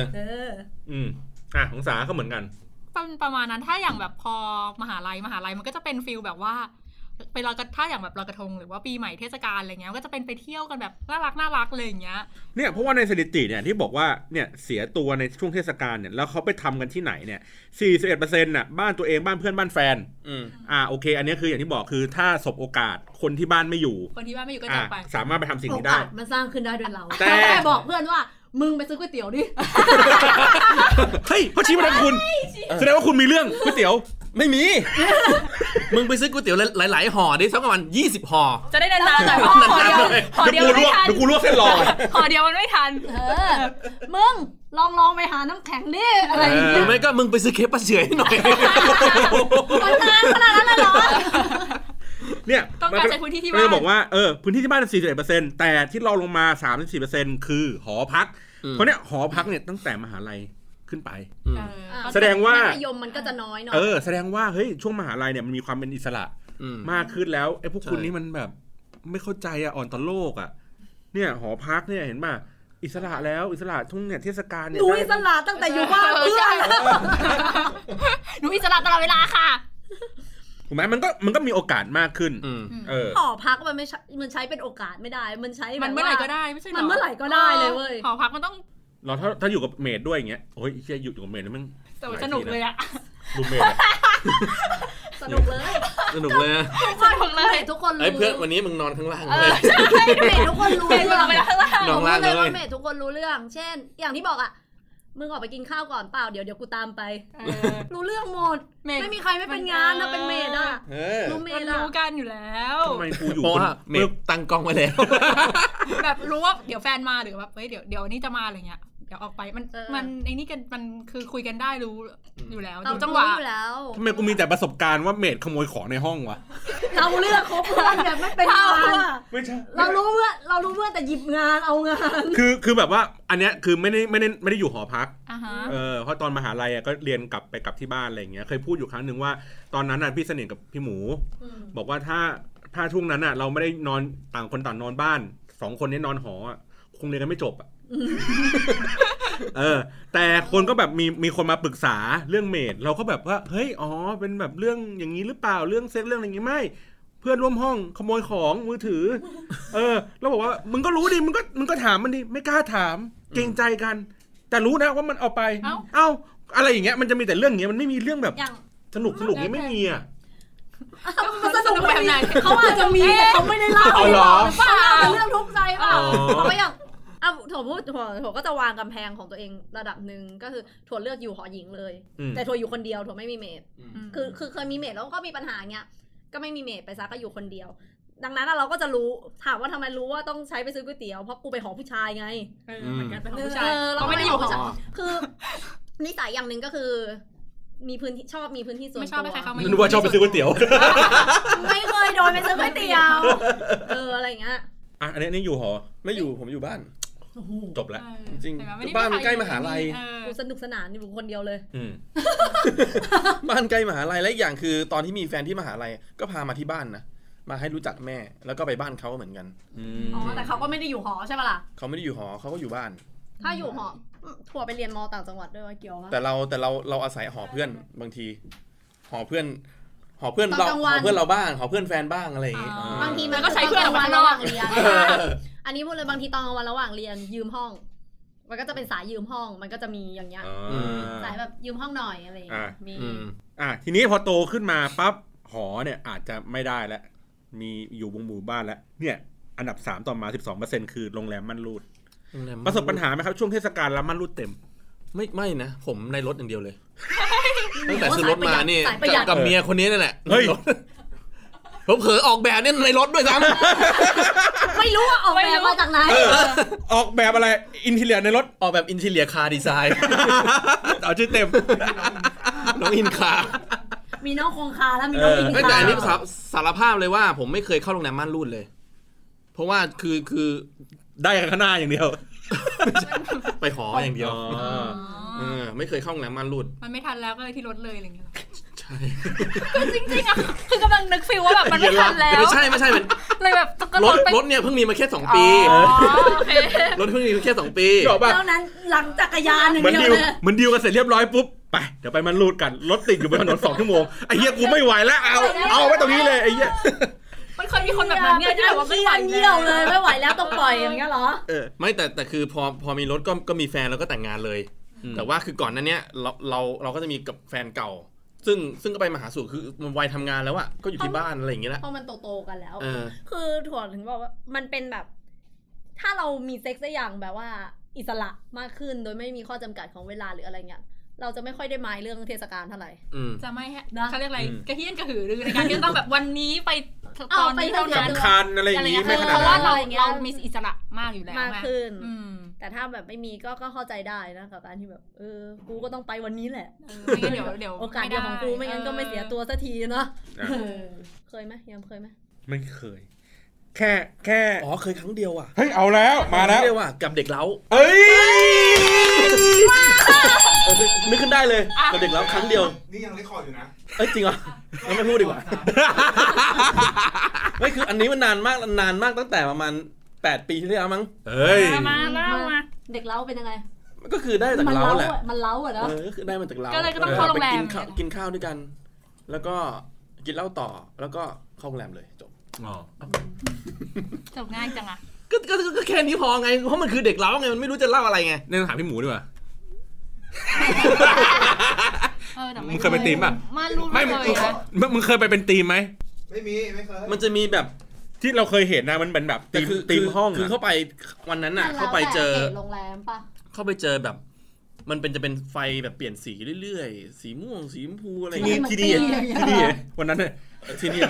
ของสาก็เหมือนกันประมาณนั้นถ้าอย่างแบบพอมหาลัยมันก็จะเป็นฟีลแบบว่าไปลอยกระถ้าอย่างแบบลอยกระทงหรือว่าปีใหม่เทศกาลอะไรเงี้ยก็จะเป็นไปเที่ยวกันแบบน่ารักอะไรอย่างเงี้ยเนี่ยเพราะว่าในสถิติเนี่ยที่บอกว่าเนี่ยเสียตัวในช่วงเทศกาลเนี่ยแล้วเขาไปทำกันที่ไหนเนี่ย 41% น่ะบ้านตัวเองบ้านเพื่อนบ้านแฟนโอเคอันนี้คืออย่างที่บอกคือถ้าสบโอกาสคนที่บ้านไม่อยู่ก็จะไปสามารถไปทำสิ่งนี้ได้มันสร้างขึ้นได้ด้วยเราแต่บอกเพื่อนว่ามึงไปซื้อก๋วยเตี๋ยวดิเฮ้ยเขาชี้มาทางคุณแสดงว่าคุณมีเรื่องก๋วยเตี๋ยวไม่มีมึงไปซื้อก๋วยเตี๋ยวหลายๆห่อดิสักประมาณ20ห่อจะได้นานๆหน่อยห่อเดียวไม่ทันเดี๋ยวกูลวกเส้นรอห่อเดียวมันไม่ทันมึงลองไปหาน้ำแข็งดิอะไรอย่างเงี้ยหรือไม่ก็มึงไปซื้อเค้กปลาเฉื่อยให้หน่อยมันนานขนาดนั้นเลยเหรอเนี่ยต้องการใช้พื้นที่ที่บ้านบอกว่าพื้นที่ที่บ้าน 41% แต่ที่รองลงมา 34% คือหอพักเพราะเนี่ยหอพักเนี่ยตั้งแต่มหาลัยขึ้นไปแสดงว่ามัธยมมันก็จะน้อยเนาะแสดงว่าเฮ้ยช่วงมหาลัยเนี่ยมันมีความเป็นอิสระมากขึ้นแล้วไอ้พวกคุณนี่มันแบบไม่เข้าใจอ่อนต่อโลกอ่ะเนี่ยหอพักเนี่ยเห็นป่ะอิสระแล้วอิสระทุ่งเนี่ยเทศกาลเนี่ยหนูอิสระตั้งแต่อยู่บ้านเพื่อนหนูอิสระตลอดเวลาค่ะถูกไหมมันก็มีโอกาสมากขึ้นหอพักมันไม่มันใช้เป็นโอกาสไม่ได้มันใช้มันเมื่อไหร่ก็ได้ไม่ใช่หรอมันเมื่อไหร่ก็ได้เลยเว้ยหอพักมันต้องเราถ้าอยู่กับเมดด้วยอย่างเงี้ยโอ้ยแค่อยู่กับเมดนี่มันสนุกเลยอะรูเมดสนุกเลยสนุกเลยทุกคนรู้เพื่อนวันนี้มึงนอนข้างล่างเลยเมดทุกคนรู้เรื่องนอนล่างเลยเมดทุกคนรู้เรื่องเช่นอย่างที่บอกอ่ะมึงออกไปกินข้าวก่อนเปล่าเดี๋ยวกูตามไปรู้เรื่องหมดไม่มีใครไม่เป็นงานนะเป็นเมดอ่ะรู้เมดรู้กันอยู่แล้วทำไมกูอยู่เมดตั้งกล้องไว้แล้วแบบรู้ว่าเดี๋ยวแฟนมาหรือแบบเฮ้ยเดี๋ยวนี้จะมาอะไรเงี้ยเดี๋ยวออกไปมันไอ้นี่กันมันคือคุยกันได้รู้อยู่แล้วเราจังหวะอยู่แล้วทำไมกูมีแต่ประสบการณ์ว่าเมดขโมยของในห้องวะเราเลือกคบเพื่อนแบบไม่เป็นงานไม่ใช่เรารู้เพื่อนแต่หยิบงานเอางานคือแบบว่าอันเนี้ยคือไม่ได้อยู่หอพักเพราะตอนมหาลัยก็เรียนกลับที่บ้านอะไรอย่างเงี้ยเคยพูดอยู่ครั้งนึงว่าตอนนั้นพี่สนิทกับพี่หมูบอกว่าถ้าช่วงนั้นเราไม่ได้นอนต่างคนต่างนอนบ้าน2คนนี้นอนหอคงเรียนกันไม่จบแต่คนก็แบบมีคนมาปรึกษาเรื่องเมดเราก็แบบว่าเฮ้ยเป็นแบบเรื่องอย่างนี้หรือเปล่าเรื่องเซ็กเรื่องอะไรอย่างงี้ไม่เพื่อนร่วมห้องขโมยของมือถือเราบอกว่ามึงก็รู้ดิมึงก็ถามมันดิไม่กล้าถามเกรงใจกันแต่รู้นะว่ามันเอาไปเอ้าอะไรอย่างเงี้ยมันจะมีแต่เรื่องอย่างเงี้ยมันไม่มีเรื่องแบบสนุกนี้ไม่มีมันสนุกแบบไหนเขาอาจจะมีแต่เขาไม่ได้เล่าหรอเรื่องทุกข์ใจเปล่าเขาไม่อย่างถั่วพูดถั่วก็จะวางกำแพงของตัวเองระดับหนึ่งก็คือถั่วเลือกอยู่หอหญิงเลยแต่ถั่วอยู่คนเดียวถั่วไม่มีเมดคือเคยมีเมดแล้วก็มีปัญหาเงี้ยก็ไม่มีเมดไปซะก็อยู่คนเดียวดังนั้นเราก็จะรู้ถามว่าทำไมรู้ว่าต้องใช้ไปซื้อก๋วยเตี๋ยวเพราะกูไปหอผู้ชายไงเหมือนกันไปหอผู้ชายเราไม่ได้อยู่ผู้ชายคือนิสัยอย่างหนึ่งก็คือมีพื้นที่ชอบมีพื้นที่ส่วนตัวไม่ชอบให้ใครเข้ามานึกว่าชอบไปซื้อก๋วยเตี๋ยวไม่เคยโดนไปซื้อก๋วยเตี๋ยวอะไรอย่างเงี้ยอันนี้อยู่หอไม่อยู่ผมอยู่บ้านจบแล้วจริงๆบ้านมันใกล้มหาลัยกูสนุกสนานอยู่คนเดียวเลยบ้านใกล้มหาลัยและอย่างคือตอนที่มีแฟนที่มหาลัยก็พามาที่บ้านนะมาให้รู้จักแม่แล้วก็ไปบ้านเขาเหมือนกันแต่เขาก็ไม่ได้อยู่หอใช่ปะล่ะเขาไม่ได้อยู่หอเขาก็อยู่บ้านถ้าอยู่หอทัวร์ไปเรียนม.ต่างจังหวัดด้วยว่าเกี่ยวแต่เราอาศัยหอเพื่อนบางทีหอเพื่อนเราบ้างหอเพื่อนแฟนบ้างอะไรอย่างงี้บางทีมันก็ใช้เพื่อนระหว่างเรียนอันนี้พูดเลยบางทีตอนวันระหว่างเรียนยืมห้องมันก็จะเป็นสายยืมห้องมันก็จะมีอย่างเงี้ยสายแบบยืมห้องหน่อยอะไรอย่างเงี้ยมีทีนี้พอโตขึ้นมาปั๊บหอเนี่ยอาจจะไม่ได้แล้วมีอยู่วงหมู่บ้านแล้วเนี่ยอันดับ3ต่อมา 12% คือโรงแรมม่านรูดประสบปัญหาไหมครับช่วงเทศกาลแล้วม่านรูดเต็มไม่นะผมในรถอย่างเดียวเลยตั้งแต่ซื้อรถมานี่กับเมียคนนี้นั่นแหละเฮ้ยผมเผลอออกแบบเนี่ยในรถด้วยซ้ำไม่รู้ว่าออกแบบมาจากไหนออกแบบอะไรอินทีเรียในรถออกแบบอินทีเรียคาร์ดีไซน์เอาชื่อเต็มน้องอินคามีน้องคงคาแล้วมีน้องอินคาแต่อันนี้สารภาพเลยว่าผมไม่เคยเข้าโรงแรมม่านรูดเลยเพราะว่าคือได้ข้างหน้าอย่างเดียวไปหออย่างเดียวไม่เคยเข้าโรงแรมม่านรูดมันไม่ทันแล้วก็เลยที่รถเลยอะไรเงี้ยใช่จริงๆอ่ะคือกำลังนึกฟีลว่าแบบมันไม่ทันแล้วไม่ใช่เลยแบบรถเนี่ยเพิ่งมีมาแค่2ปีรถเพิ่งมีมาแค่2ปีเท่านั้นหลังจักรยานเหมือนดิวกันเสร็จเรียบร้อยปุ๊บไปเดี๋ยวไปม่านรูดกันรถติดอยู่บนถนน2 ชั่วโมงไอ้เหี้ยกูไม่ไหวแล้วเอาไว้ตรงนี้เลยไอ้เหี้ยมันเคยมีคนแบบนั้นเนี่ยที่แบบว่าไม่ไหวเยี่ยวเลยไม่ไหวแล้วต้องปล่อยอย่างเงี้ยเหรอไม่แต่คือพอมีรถก็มีแฟนแล้วก็แต่งงานเลยแต่ว่าคือก่อนนั้นเนี้ยเราก็จะมีกับแฟนเก่าซึ่งก็ไปมาหาสู่คือมันวัยทำงานแล้วอะก็อยู่ที่บ้านอะไรอย่างเงี้ยแหละเพราะมันโตๆกันแล้วคือถั่วถึงบอกว่ามันเป็นแบบถ้าเรามีเซ็กซ์ได้อย่างแบบว่าอิสระมากขึ้นโดยไม่มีข้อจำกัดของเวลาหรืออะไรเงี้ยเราจะไม่ค่อยได้หมายเรื่องเทศกาลเท่าไหร่จะไม่เขาเรียกอะไรกระเฮี้ยนกระหือรือในการที่ต้องแบบวันนี้ไปตอนนี้เท่านั้นสำคัญอะไรอย่างงี้ไม่ขนาดนั้นเพราะว่าเรามีอิสระมากอยู่แล้วมากขึ้นแต่ถ้าแบบไม่มีก็เข้าใจได้นะกับการที่แบบกูก็ต้องไปวันนี้แหละเดี๋ยวโอกาสเดียวของกูไม่งั้นก็ไม่เสียตัวสักทีเนาะเคยไหมยังเคยไหมไม่เคยแค่เคยครั้งเดียวอ่ะเฮ้ยเอาแล้วมาแล้วกับเด็กเล้าเอ้ยนึกขึ้นได้เลยกับเด็กเล้าครั้งเดียวนี่ยังเรคคอร์ดอยู่นะจริงเหรอเราไม่พูดดีกว่าไม่คืออันนี้มันนานมากตั้งแต่ประมาณ8 ปีที่แล้วมั้งมาเด็กเล้าเป็นยังไงก็คือได้จากเล้าแหละมันเล้าอ่ะเนาะก็คือได้มาจากเล้าก็เลยก็ต้องเข้าโรงแรมกินข้าวด้วยกันแล้วก็กินเหล้าต่อแล้วก็เข้าโรงแรมเลยจบจบง่ายจังอะก็แค่นี้พอไงเพราะมันคือเด็กเล้าไงมันไม่รู้จะเล่าอะไรไงเนี่ยถามพี่หมูดีกว่ามึงเคยเป็นทีมป่ะไม่มึงเคยไปเป็นทีมไหมไม่เคยมันจะมีแบบที่เราเคยเห็นนะมันเป็นแบบทีมห้องคือเข้าไปวันนั้นน่ะเข้าไปเจอโรงแรมป่ะเข้าไปเจอแบบมันจะเป็นไฟแบบเปลี่ยนสีเรื่อยๆสีม่วงสีชมพูอะไรที่นี่วันนั้นเนี่ยที่นี่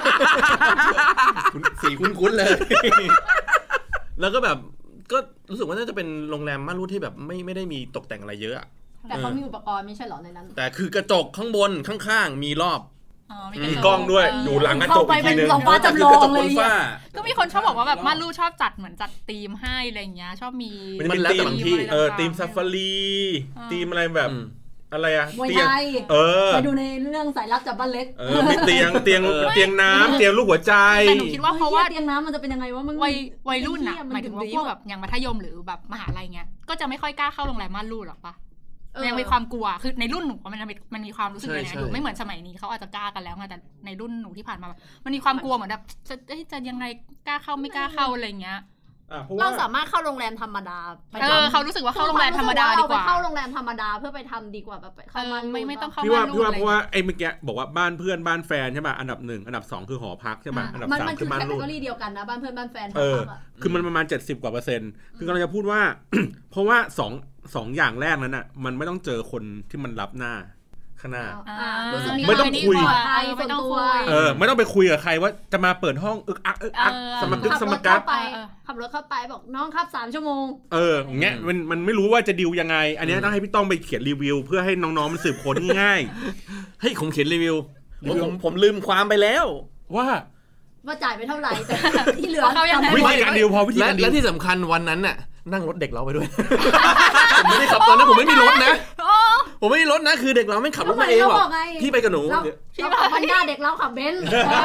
สีคุ้นๆเลยแล้วก็แบบก็รู้สึกว่าน่าจะเป็นโรงแรมม่านรูดที่แบบไม่ได้มีตกแต่งอะไรเยอะแต่เขามีอุปกรณ์ไม่ใช่หรอในนั้นแต่คือกระจกข้างบนข้างๆมีรอบมีกล้องด้วยอยู่หลังกระจกอีกทีนึงจำลองเลยก็มีคนชอบบอกว่าแบบม่านรูดชอบจัดเหมือนจัดธีมให้อะไรอย่างเงี้ยชอบมีมันแล้วแต่บางที่ธีมซาฟารีธีมอะไรแบบอะไรอะเตียงไปดูในเรื่องสายลับจับบ้านเล็กมีเตียงน้ำเตียงลูกหัวใจแต่หนูคิดว่าเพราะว่าเตียงน้ำมันจะเป็นยังไงวะมึงวัยรุ่นอะหมายถึงว่าพวกแบบอย่างมัธยมหรือแบบมหาลัยเงี้ยก็จะไม่ค่อยกล้าเข้าโรงแรมม่านรูดหรอกปะยังมีความกลัวคือในรุ่นหนูมันมีความรู้สึกอย่างนี้อยู่ไม่เหมือนสมัยนี้เขาอาจจะกล้ากันแล้วไงแต่ในรุ่นหนูที่ผ่านมามันมีความกลัวเหมือนแบบจะยังไงกล้าเข้าไม่กล้าเข้าอะไรเงี้ยเราสามารถเข้าโรงแรมธรรมดาเขารู้สึกว่าเข้าโรงแรมธรรมดาดีกว่าเข้าโรงแรมธรรมดาเพื่อไปทำดีกว่าแบบเข้ามาไม่ต้องเข้าพี่ว่าเพราะว่าไอ้เมื่อกี้บอกว่าบ้านเพื่อนบ้านแฟนใช่ป่ะอันดับ1อันดับ2คือหอพักใช่ป่ะอันดับ3คือบ้านรูดมันคือแคตตาล็อเดียวกันนะบ้านเพื่อนบ้านแฟนคือมันประมาณ70%กว่าคือกำลังจะพูดว่าเพราะว่า2อย่างแรกนั้นน่ะมันไม่ต้องเจอคนที่มันรับหน้าข้างหน้าไม่ต้องคุยไม่ต้องคุยไม่ต้องไปคุยกับใครว่าจะมาเปิดห้องอึกอักสมัครกั๊บขับรถเข้าไปบอกน้องครับ3 ชั่วโมงอย่างเงี้ยมันไม่รู้ว่าจะดิวยังไงอันนี้ต้องให้พี่ต้องไปเขียนรีวิวเพื่อให้น้องๆมันสืบค้นง่ายๆเฮ้ยผมเขียนรีวิวผมลืมความไปแล้วว่าจ่ายไปเท่าไหร่แต่ที่เหลือวิธีการดิวพอวิธีการดิวและที่สำคัญวันนั้นน่ะนั่งรถเด็กเราไปด้วยผมไม่ได้ขับตอนนั้นผมไม่มีรถนะผมไม่มีรถนะคือเด็กเราไม่ขับรถมาเองหรอกพี่ไปกับหนูพี่ไปบรรดาเด็กเราขับเบนซ์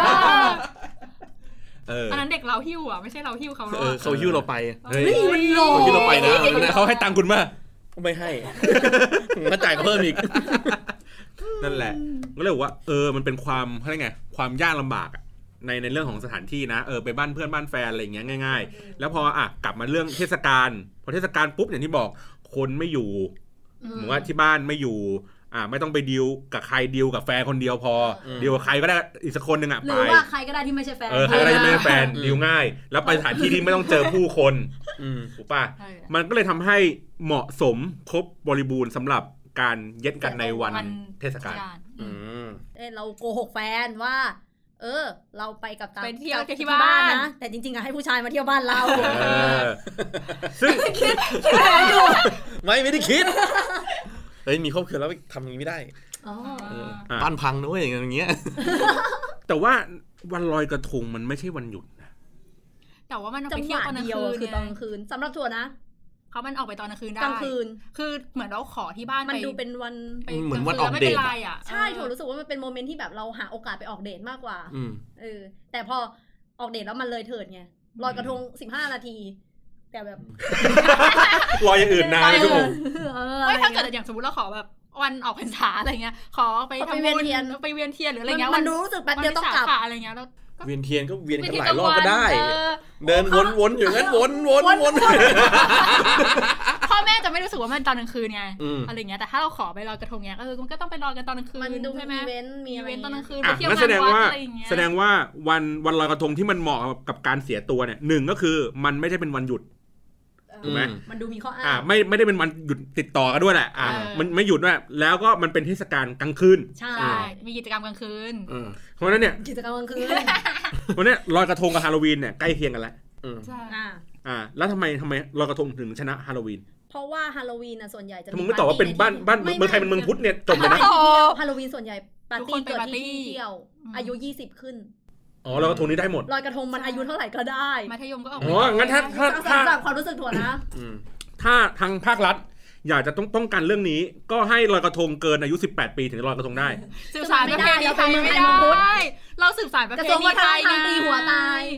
อันนั้นเด็กเราหิ้วอ่ะไม่ใช่เราหิ้วเขาเขาหิ้วเราไปมันหลอกเขาหิ้วเราไปนะเขาให้ตังค์คุณมาไม่ให้มาจ่ายเพิ่มอีกนั่นแหละก็เลยบอกว่ามันเป็นความอะไรไงความยากลำบากในเรื่องของสถานที่นะไปบ้านเพื่อนบ้านแฟนอะไรอย่างเงี้ยง่ายๆแล้วพอกลับมาเรื่องเทศกาลพอเทศกาลปุ๊บอย่างที่บอกคนไม่อยู่เหมือนว่าที่บ้านไม่อยู่ไม่ต้องไปดีลกับใครดีลกับแฟนคนเดียวพอดีลกับใครก็ได้อีกสักคนนึงไปหรือว่าใครก็ได้ที่ไม่ใช่แฟนใครก็ได้ที่ไม่ใช่แฟนดีลง่ายแล้วไปสถานที่ที่ไม่ต้องเจอผู้คนถูกป่ะมันก็เลยทำให้เหมาะสมครบบริบูรณ์สำหรับการเย็ดกันในวันเทศกาลเราโกหกแฟนว่าเราไปกับไปเที่ยวที่บ้านนะแต่จริงๆให้ผู้ชายมาเที่ยวบ้านเราซึ่งคิดไม่ได้คิดเฮ้ยมีครอบครัวแล้วทำอย่างนี้ไม่ได้บ้านพังด้วยอย่างเงี้ยแต่ว่าวันลอยกระทงมันไม่ใช่วันหยุดนะแต่ว่ามันไปเที่ยวตอนกลางคืนคือตอนกลางคืนสำหรับทัวร์นะมันออกไปตอนกลางคืนได้กลางคืนคือเหมือนเราขอที่บ้านมันดูเป็นวันเหมือนวันออกเดทใช่ถูกรู้สึกว่ามันเป็นโมเมนต์ที่แบบเราหาโอกาสไปออกเดทมากกว่าแต่พอออกเดทแล้วมันเลยเถิดไงลอยกระทง15 นาทีแต่แบบลอยอย่างอื่นนานชั่วโมงไม่ถ้าเกิดอย่างสมมติเราขอแบบวันออกพรรษาอะไรเงี้ยขอไปทำบุญไปเวียนเทียนหรืออะไรเงี้ยมันรู้สึกแป๊บเดียวต้องกลับอะไรเงี้ยเวียนเทียนก็เวียนกันหลายรอบก็ได้เดินวนๆอยู่งั้นวนพ่อแม่จะไม่รู้สึกว่ามันตอนกลางคืนไงอะไรเงี้ยแต่ถ้าเราขอไปลอยกระทงเงี้ยมันก็ต้องไปลอยกันตอนกลางคืนมันดูใช่ไหมมีอีเวนต์ตอนกลางคืนไปเที่ยวงานวัดอะไรอย่างเงี้ยแสดงว่าวันลอยกระทงที่มันเหมาะกับการเสียตัวเนี่ย1ก็คือมันไม่ใช่เป็นวันหยุดถูกไหมมันดูมีข้ออ้างไม่ได้เป็นวันหยุดติดต่อกันด้วยแหละมันไม่หยุดด้วยแล้วก็มันเป็นเทศกาลกลางคืนใช่มีกิจกรรมกลางคืนเพราะฉะนั้นเนี่ยกิจกรรมกลางคืนวันนี้ลอยกระทงกับฮาโลวีนเนี่ยใกล้เคียงกันแล้วใช่แล้วทำไมลอยกระทงถึงชนะฮาโลวีนเพราะว่าฮาโลวีนส่วนใหญ่จะมึงไม่ตอบว่าเป็นบ้านเมืองไทยเป็นเมืองพุทธเนี่ยจบเลยนะฮาโลวีนส่วนใหญ่ปาร์ตี้เกิดที่เที่ยวอายุ20ขึ้นลอยกระทงนี้ได้หมดลอยกระทงมันอายุเท่าไหร่ก็ได้มัธยมก็ออกงั้นถ้าความรู้สึกถั่วนะถ้าทางภาครัฐอยากจะต้องป้องกันเรื่องนี้ก็ให้ลอยกระทงเกินอายุ18 ปีถึงลอยกระทงได้สืบสานประเพณีไทยไม่ได้เราสืบสานประเพณีไทยตีหัวตาย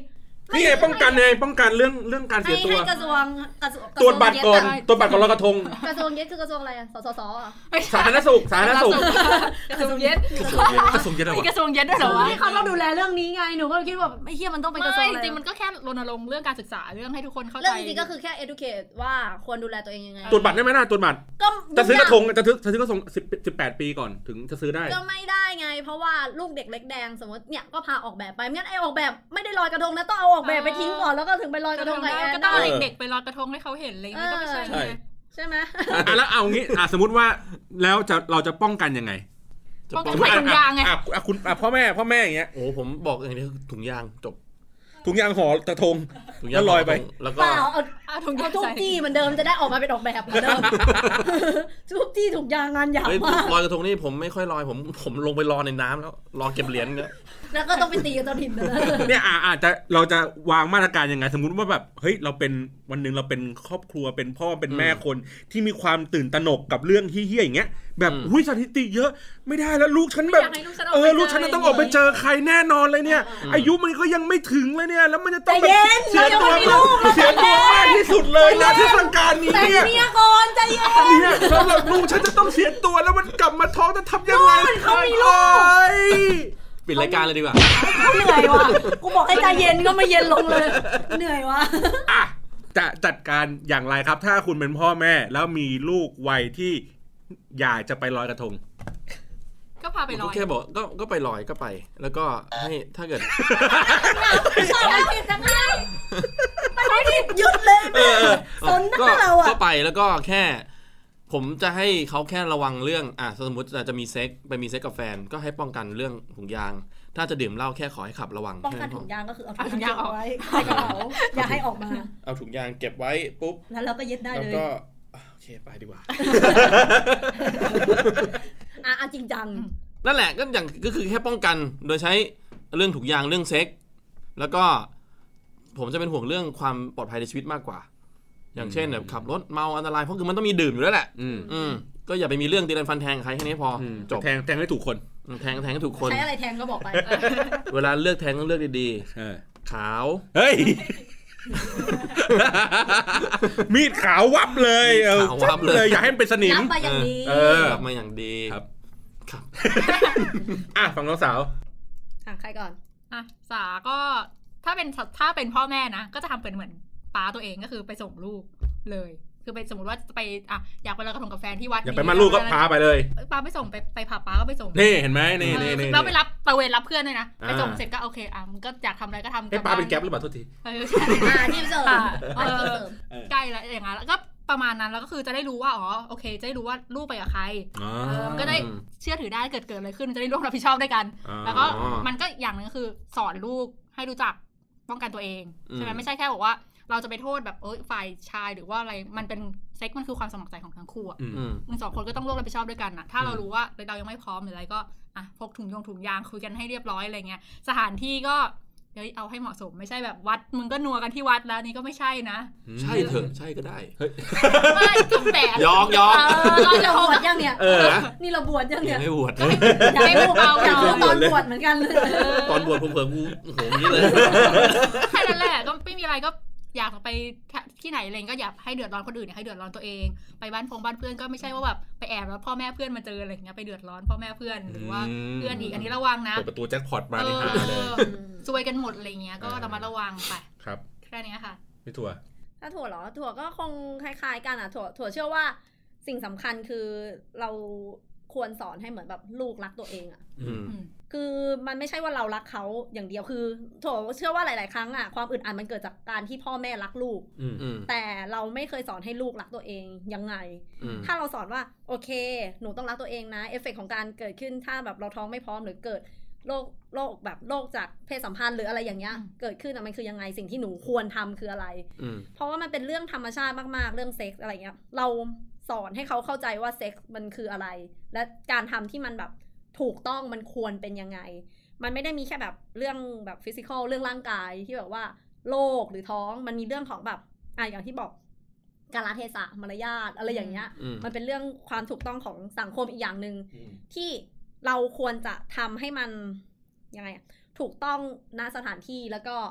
นี่ไงป้องกันเรื่องการเสียตัวให้กระทรวงตรวจบัตรก่อนตรวจบัตรก่อนลอยกระทงกระทรวงยึดคือกระทรวงอะไรสสสาธารณสุขกระทรวงเย็ดอะไรวะกระทรวงเย็ดด้วยเหรอวะเขาต้องดูแลเรื่องนี้ไงหนูก็คิดว่าไม่เฮียมันต้องเป็นกระทรวงจริงมันก็แค่รณรงค์เรื่องการศึกษาเรื่องให้ทุกคนเข้าใจเรื่องจริงก็คือแค่ educate ว่าควรดูแลตัวเองยังไงตรวจบัตรได้ไหมนะตรวจบัตรจะซื้อกระทงจะซื้อกระทง18 ปีก่อนถึงจะซื้อได้ก็ไม่ได้ไงเพราะว่าลูกเด็กเล็กแดงสมมติเนี่ยก็พาออกแบบไปงั้นไอออกแบบไม่ได้ลอยกระทงนะต้องเอาออกแบบไปทิ้งก่อนแล้วก็ถึงไปลอยกระทงก็ต้องเด็กๆไปลอยกระทงให้เขาเห็นอะไรอย่างเงี้ยก็ไม่ใช่ใช่ไหมแล้วเอางี้สมมติว่าแล้วเราจะป้องกันยังไงป้องกันใส่ถุงยางไงคุณพ่อแม่อย่างเงี้ยโอ้ผมบอกอย่างนี้ถุงยางจบถุงยางห่อกระทงแล้วลอยไปแล้วก็เอาถุงยางทุบจี้เหมือนเดิมจะได้ออกมาเป็นออกแบบเหมือนเดิมทุบจี้ถุงยางงานหยาบมากลอยกระทงนี่ผมไม่ค่อยลอยผมลงไปรอในน้ำแล้วรอเก็บเหรียญเนี่ยแล้วก็ต้องไปตีกับเจ้าถิ่นเนี่ยอาจจะเราจะวางมาตรการยังไงสมมุติว่าแบบเฮ้ยเราเป็นวันนึงเราเป็นครอบครัวเป็นพ่อเป็นแม่คนที่มีความตื่นตระหนกกับเรื่องเหี้ยๆอย่างเงี้ยแบบหุ้ยสถิติเยอะไม่ได้แล้วลูกฉันแบบลูกฉันต้องออกไปเจอใครแน่นอนเลยเนี่ยอายุมันก็ยังไม่ถึงเลยเนี่ยแล้วมันจะต้องแบบเสียตัวมากที่สุดเลยนะเทศกาลนี้เนี่ยเมียก่อนใจเย็นเนี่ยแล้วลูกฉันจะต้องเสียตัวแล้วมันกลับมาท้องจะทำยังไงเขามีลูกปิดรายการเลยดีกว่าเหนื่อยว่ะกูบอกให้ใจเย็นก็ไม่เย็นลงเลยเหนื่อยว่ะจะจัดการอย่างไรครับถ้าคุณเป็นพ่อแม่แล้วมีลูกวัยที่อยากจะไปลอยกระทงก็พาไปลอยแค่บอกก็ไปลอยก็ไปแล้วก็ให้ถ้าเกิดไม่ผิดจังไงไม่ผิดหยุดเลยสนหน้าเราอ่ะก็ไปแล้วก็แค่ผมจะให้เขาแค่ระวังเรื่องสมมติจะมีเซ็กไปมีเซ็กกับแฟนก็ให้ป้องกันเรื่องถุงยางถ้าจะดื่มเหล้าแค่ขอให้ขับระวังป้องกันถุงยางก็คือเอาถุงยางเอาไว้ในกระเป๋าอย่าให้ออกมาเอาถุงยางเก็บไว้ปุ๊บแล้วเราก็ยึดได้เลยแล้วก็โอเคไปดีกว่าจริงจังนั่นแหละก็คือแค่ป้องกันโดยใช้เรื่องถุงยางเรื่องเซ็กแล้วก็ผมจะเป็นห่วงเรื่องความปลอดภัยในชีวิตมากกว่าอย่างเช่นแบบขับรถเมาอันตรายเพราะคือมันต้องมีดื่มอยู่แล้วแหละก็อย่าไปมีเรื่องตีรันฟันแทงใครแค่นี้พอจบแทงให้ถูกคนแทงให้ถูกคนใช้อะไรแทงก็บอกไปเวลาเลือกแทงต้องเลือกดีๆขาวเฮ้ยมีดขาววับเลยขาววับเลยอย่าให้มันเป็นสนิมรับมาอย่างดีรับมาอย่างดีครับฝั่งน้องสาวใครก่อนสาก็ถ้าเป็นพ่อแม่นะก็จะทำเป็นเหมือนป้าตัวเองก็คือไปส่งลูกเลยคือไปสมมติว่าจะไปอยากไปลอยกระทงกับแฟนที่วัดอยากไปมาลูกก็พาไปเลยป้าไปส่งไปพาป้าก็ไปส่งนี่เห็นไหมนี่เราไปรับตะเวนรับเพื่อนเลยนะไปส่งเสร็จก็โอเคมันก็อยากทำอะไรก็ทำป้าเป็นแก๊ปหรือเปล่าทุกทีที่เสริมใกล้แล้วอย่างนั้นแล้วก็ประมาณนั้นแล้วก็คือจะได้รู้ว่าโอเคจะได้รู้ว่าลูกไปกับใครก็ได้เชื่อถือได้เกิดอะไรขึ้นจะได้ร่วมรับผิดชอบด้วยกันแล้วก็มันก็อย่างนึงก็คือสอนลูกให้รู้จักป้องกันตัวเองใช่ไหมไม่ใช่แค่บอกว่าเราจะไปโทษแบบฝ่ายชายหรือว่าอะไรมันเป็นเซ็กมันคือความสมัครใจของทั้งคู่มึงสองคนก็ต้องร่วมรับผิดชอบด้วยกันนะถ้าเรารู้ว่าเรายังไม่พร้อมหรืออะไรก็พกถุงยางคุยกันให้เรียบร้อยอะไรเงี้ยสถานที่ก็เอาให้เหมาะสมไม่ใช่แบบวัดมึงก็นัวกันที่วัดแล้วนี่ก็ไม่ใช่นะใช่เถอะใช่ก็ได้ไม่ก็แต่ยอกเราจะบวชยังเนี่ยนี่เราบวชยังเนี่ยไม่บวชไม่บวชตอนบวชเหมือนกันเลยตอนบวชผมเผลอกูโอ้โหนี่เลยแค่นั้นแหละก็ไม่มีอะไรก็อยากไปที่ไหนอะไรก็อยากให้เดือดร้อนคนอื่นอยากให้เดือดร้อนตัวเองไปบ้านเพื่อนก็ไม่ใช่ว่าแบบไปแอบแล้วพ่อแม่เพื่อนมาเจออะไรอย่างเงี้ยไปเดือดร้อนพ่อแม่เพื่อนหรือว่าเพื่อนอีกอันนี้ระวังนะเปิดประตูแจ็คพอตมาในหาเลยซวยกันหมดอะไรเงี้ยก็ระมัดระวังไปครับแค่นี้ค่ะพี่ถั่วถ้าถั่วเหรอถั่วก็คงคล้ายๆกันถั่วเชื่อว่าสิ่งสำคัญคือเราควรสอนให้เหมือนแบบลูกรักตัวเองคือมันไม่ใช่ว่าเรารักเขาอย่างเดียวคือถั่วเชื่อว่าหลายๆครั้งความอึดอัดมันเกิดจากการที่พ่อแม่รักลูกแต่เราไม่เคยสอนให้ลูกรักตัวเองยังไงถ้าเราสอนว่าโอเคหนูต้องรักตัวเองนะเอฟเฟกต์ของการเกิดขึ้นถ้าแบบเราท้องไม่พร้อมหรือเกิดโรคแบบโรคจากเพศสัมพันธ์หรืออะไรอย่างเงี้ยเกิดขึ้นมันคือยังไงสิ่งที่หนูควรทำคืออะไรเพราะว่ามันเป็นเรื่องธรรมชาติมากๆเรื่องเซ็กส์อะไรเงี้ยเราสอนให้เขาเข้าใจว่าเซ็กส์มันคืออะไรและการทำที่มันแบบถูกต้องมันควรเป็นยังไงมันไม่ได้มีแค่แบบเรื่องแบบฟิสิกอลเรื่องร่างกายที่แบบว่าโรคหรือท้องมันมีเรื่องของแบบอย่างที่บอกกาลเทศะมารยาทอะไรอย่างเงี้ยมันเป็นเรื่องความถูกต้องของสังคมอีกอย่างนึงที่เราควรจะทำให้มันยังไงถูกต้องณสถานที่แล้วก็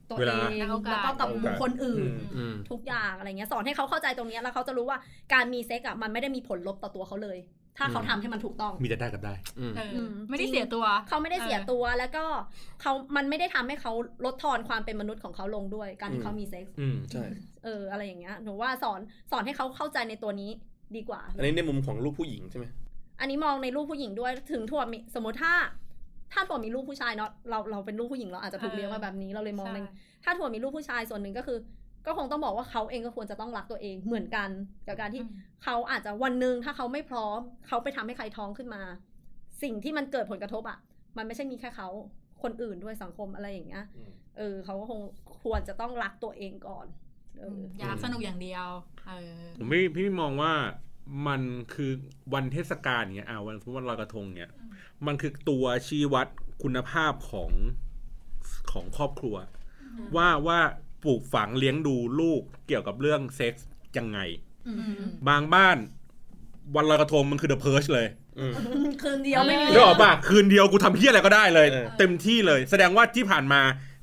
ตัวเองแล้วก็กับบุคคลอื่นทุกอย่างอะไรเงี้ยสอนให้เขาเข้าใจตรงนี้แล้วเขาจะรู้ว่าการมีเซ็กอ่ะมันไม่ได้มีผลลบต่อตัวเขาเลยถ้าเขาทำให้มันถูกต้องมีแต่ได้กับได้ไม่ได้เสียตัวเขาไม่ได้เสียตัวแล้วก็มันไม่ได้ทำให้เขาลดทอนความเป็นมนุษย์ของเขาลงด้วยการที่เขามีเซ็กส์ใช่อะไรอย่างเงี้ยหนูว่าสอนให้เขาเข้าใจในตัวนี้ดีกว่าอันนี้ในมุมของลูกผู้หญิงใช่ไหมอันนี้มองในลูกผู้หญิงด้วยถึงถั่วสมมติถ้าถั่วมีลูกผู้ชายเนาะเราเป็นลูกผู้หญิงเราอาจจะถูกเลี้ยงมาแบบนี้เราเลยมองในถ้าถั่วมีลูกผู้ชายส่วนหนึ่งก็คือก็คงต้องบอกว่าเขาเองก็ควรจะต้องรักตัวเองเหมือนกันกับการที่เขาอาจจะวันนึงถ้าเขาไม่พร้อมเขาไปทำให้ใครท้องขึ้นมาสิ่งที่มันเกิดผลกระทบอ่ะมันไม่ใช่มีแค่เขาคนอื่นด้วยสังคมอะไรอย่างเงี้ยเขาก็คงควรจะต้องรักตัวเองก่อนอยากสนุกอย่างเดียวผมพี่มองว่ามันคือวันเทศกาลเงี้ยวันลอยกระทงเงี้ยมันคือตัวชี้วัดคุณภาพของครอบครัวว่าปลูกฝังเลี้ยงดูลูกเกี่ยวกับเรื่องเซ็กส์ยังไงบางบ้านวันลอยกระทงมันคือเดอะเพิร์ชเลยคืนเดียวไม่มีได้ออกป่ะคืนเดียวกูทำเหี้ยอะไรก็ได้เลยเต็มที่เลยแสดงว่าที่ผ่านมา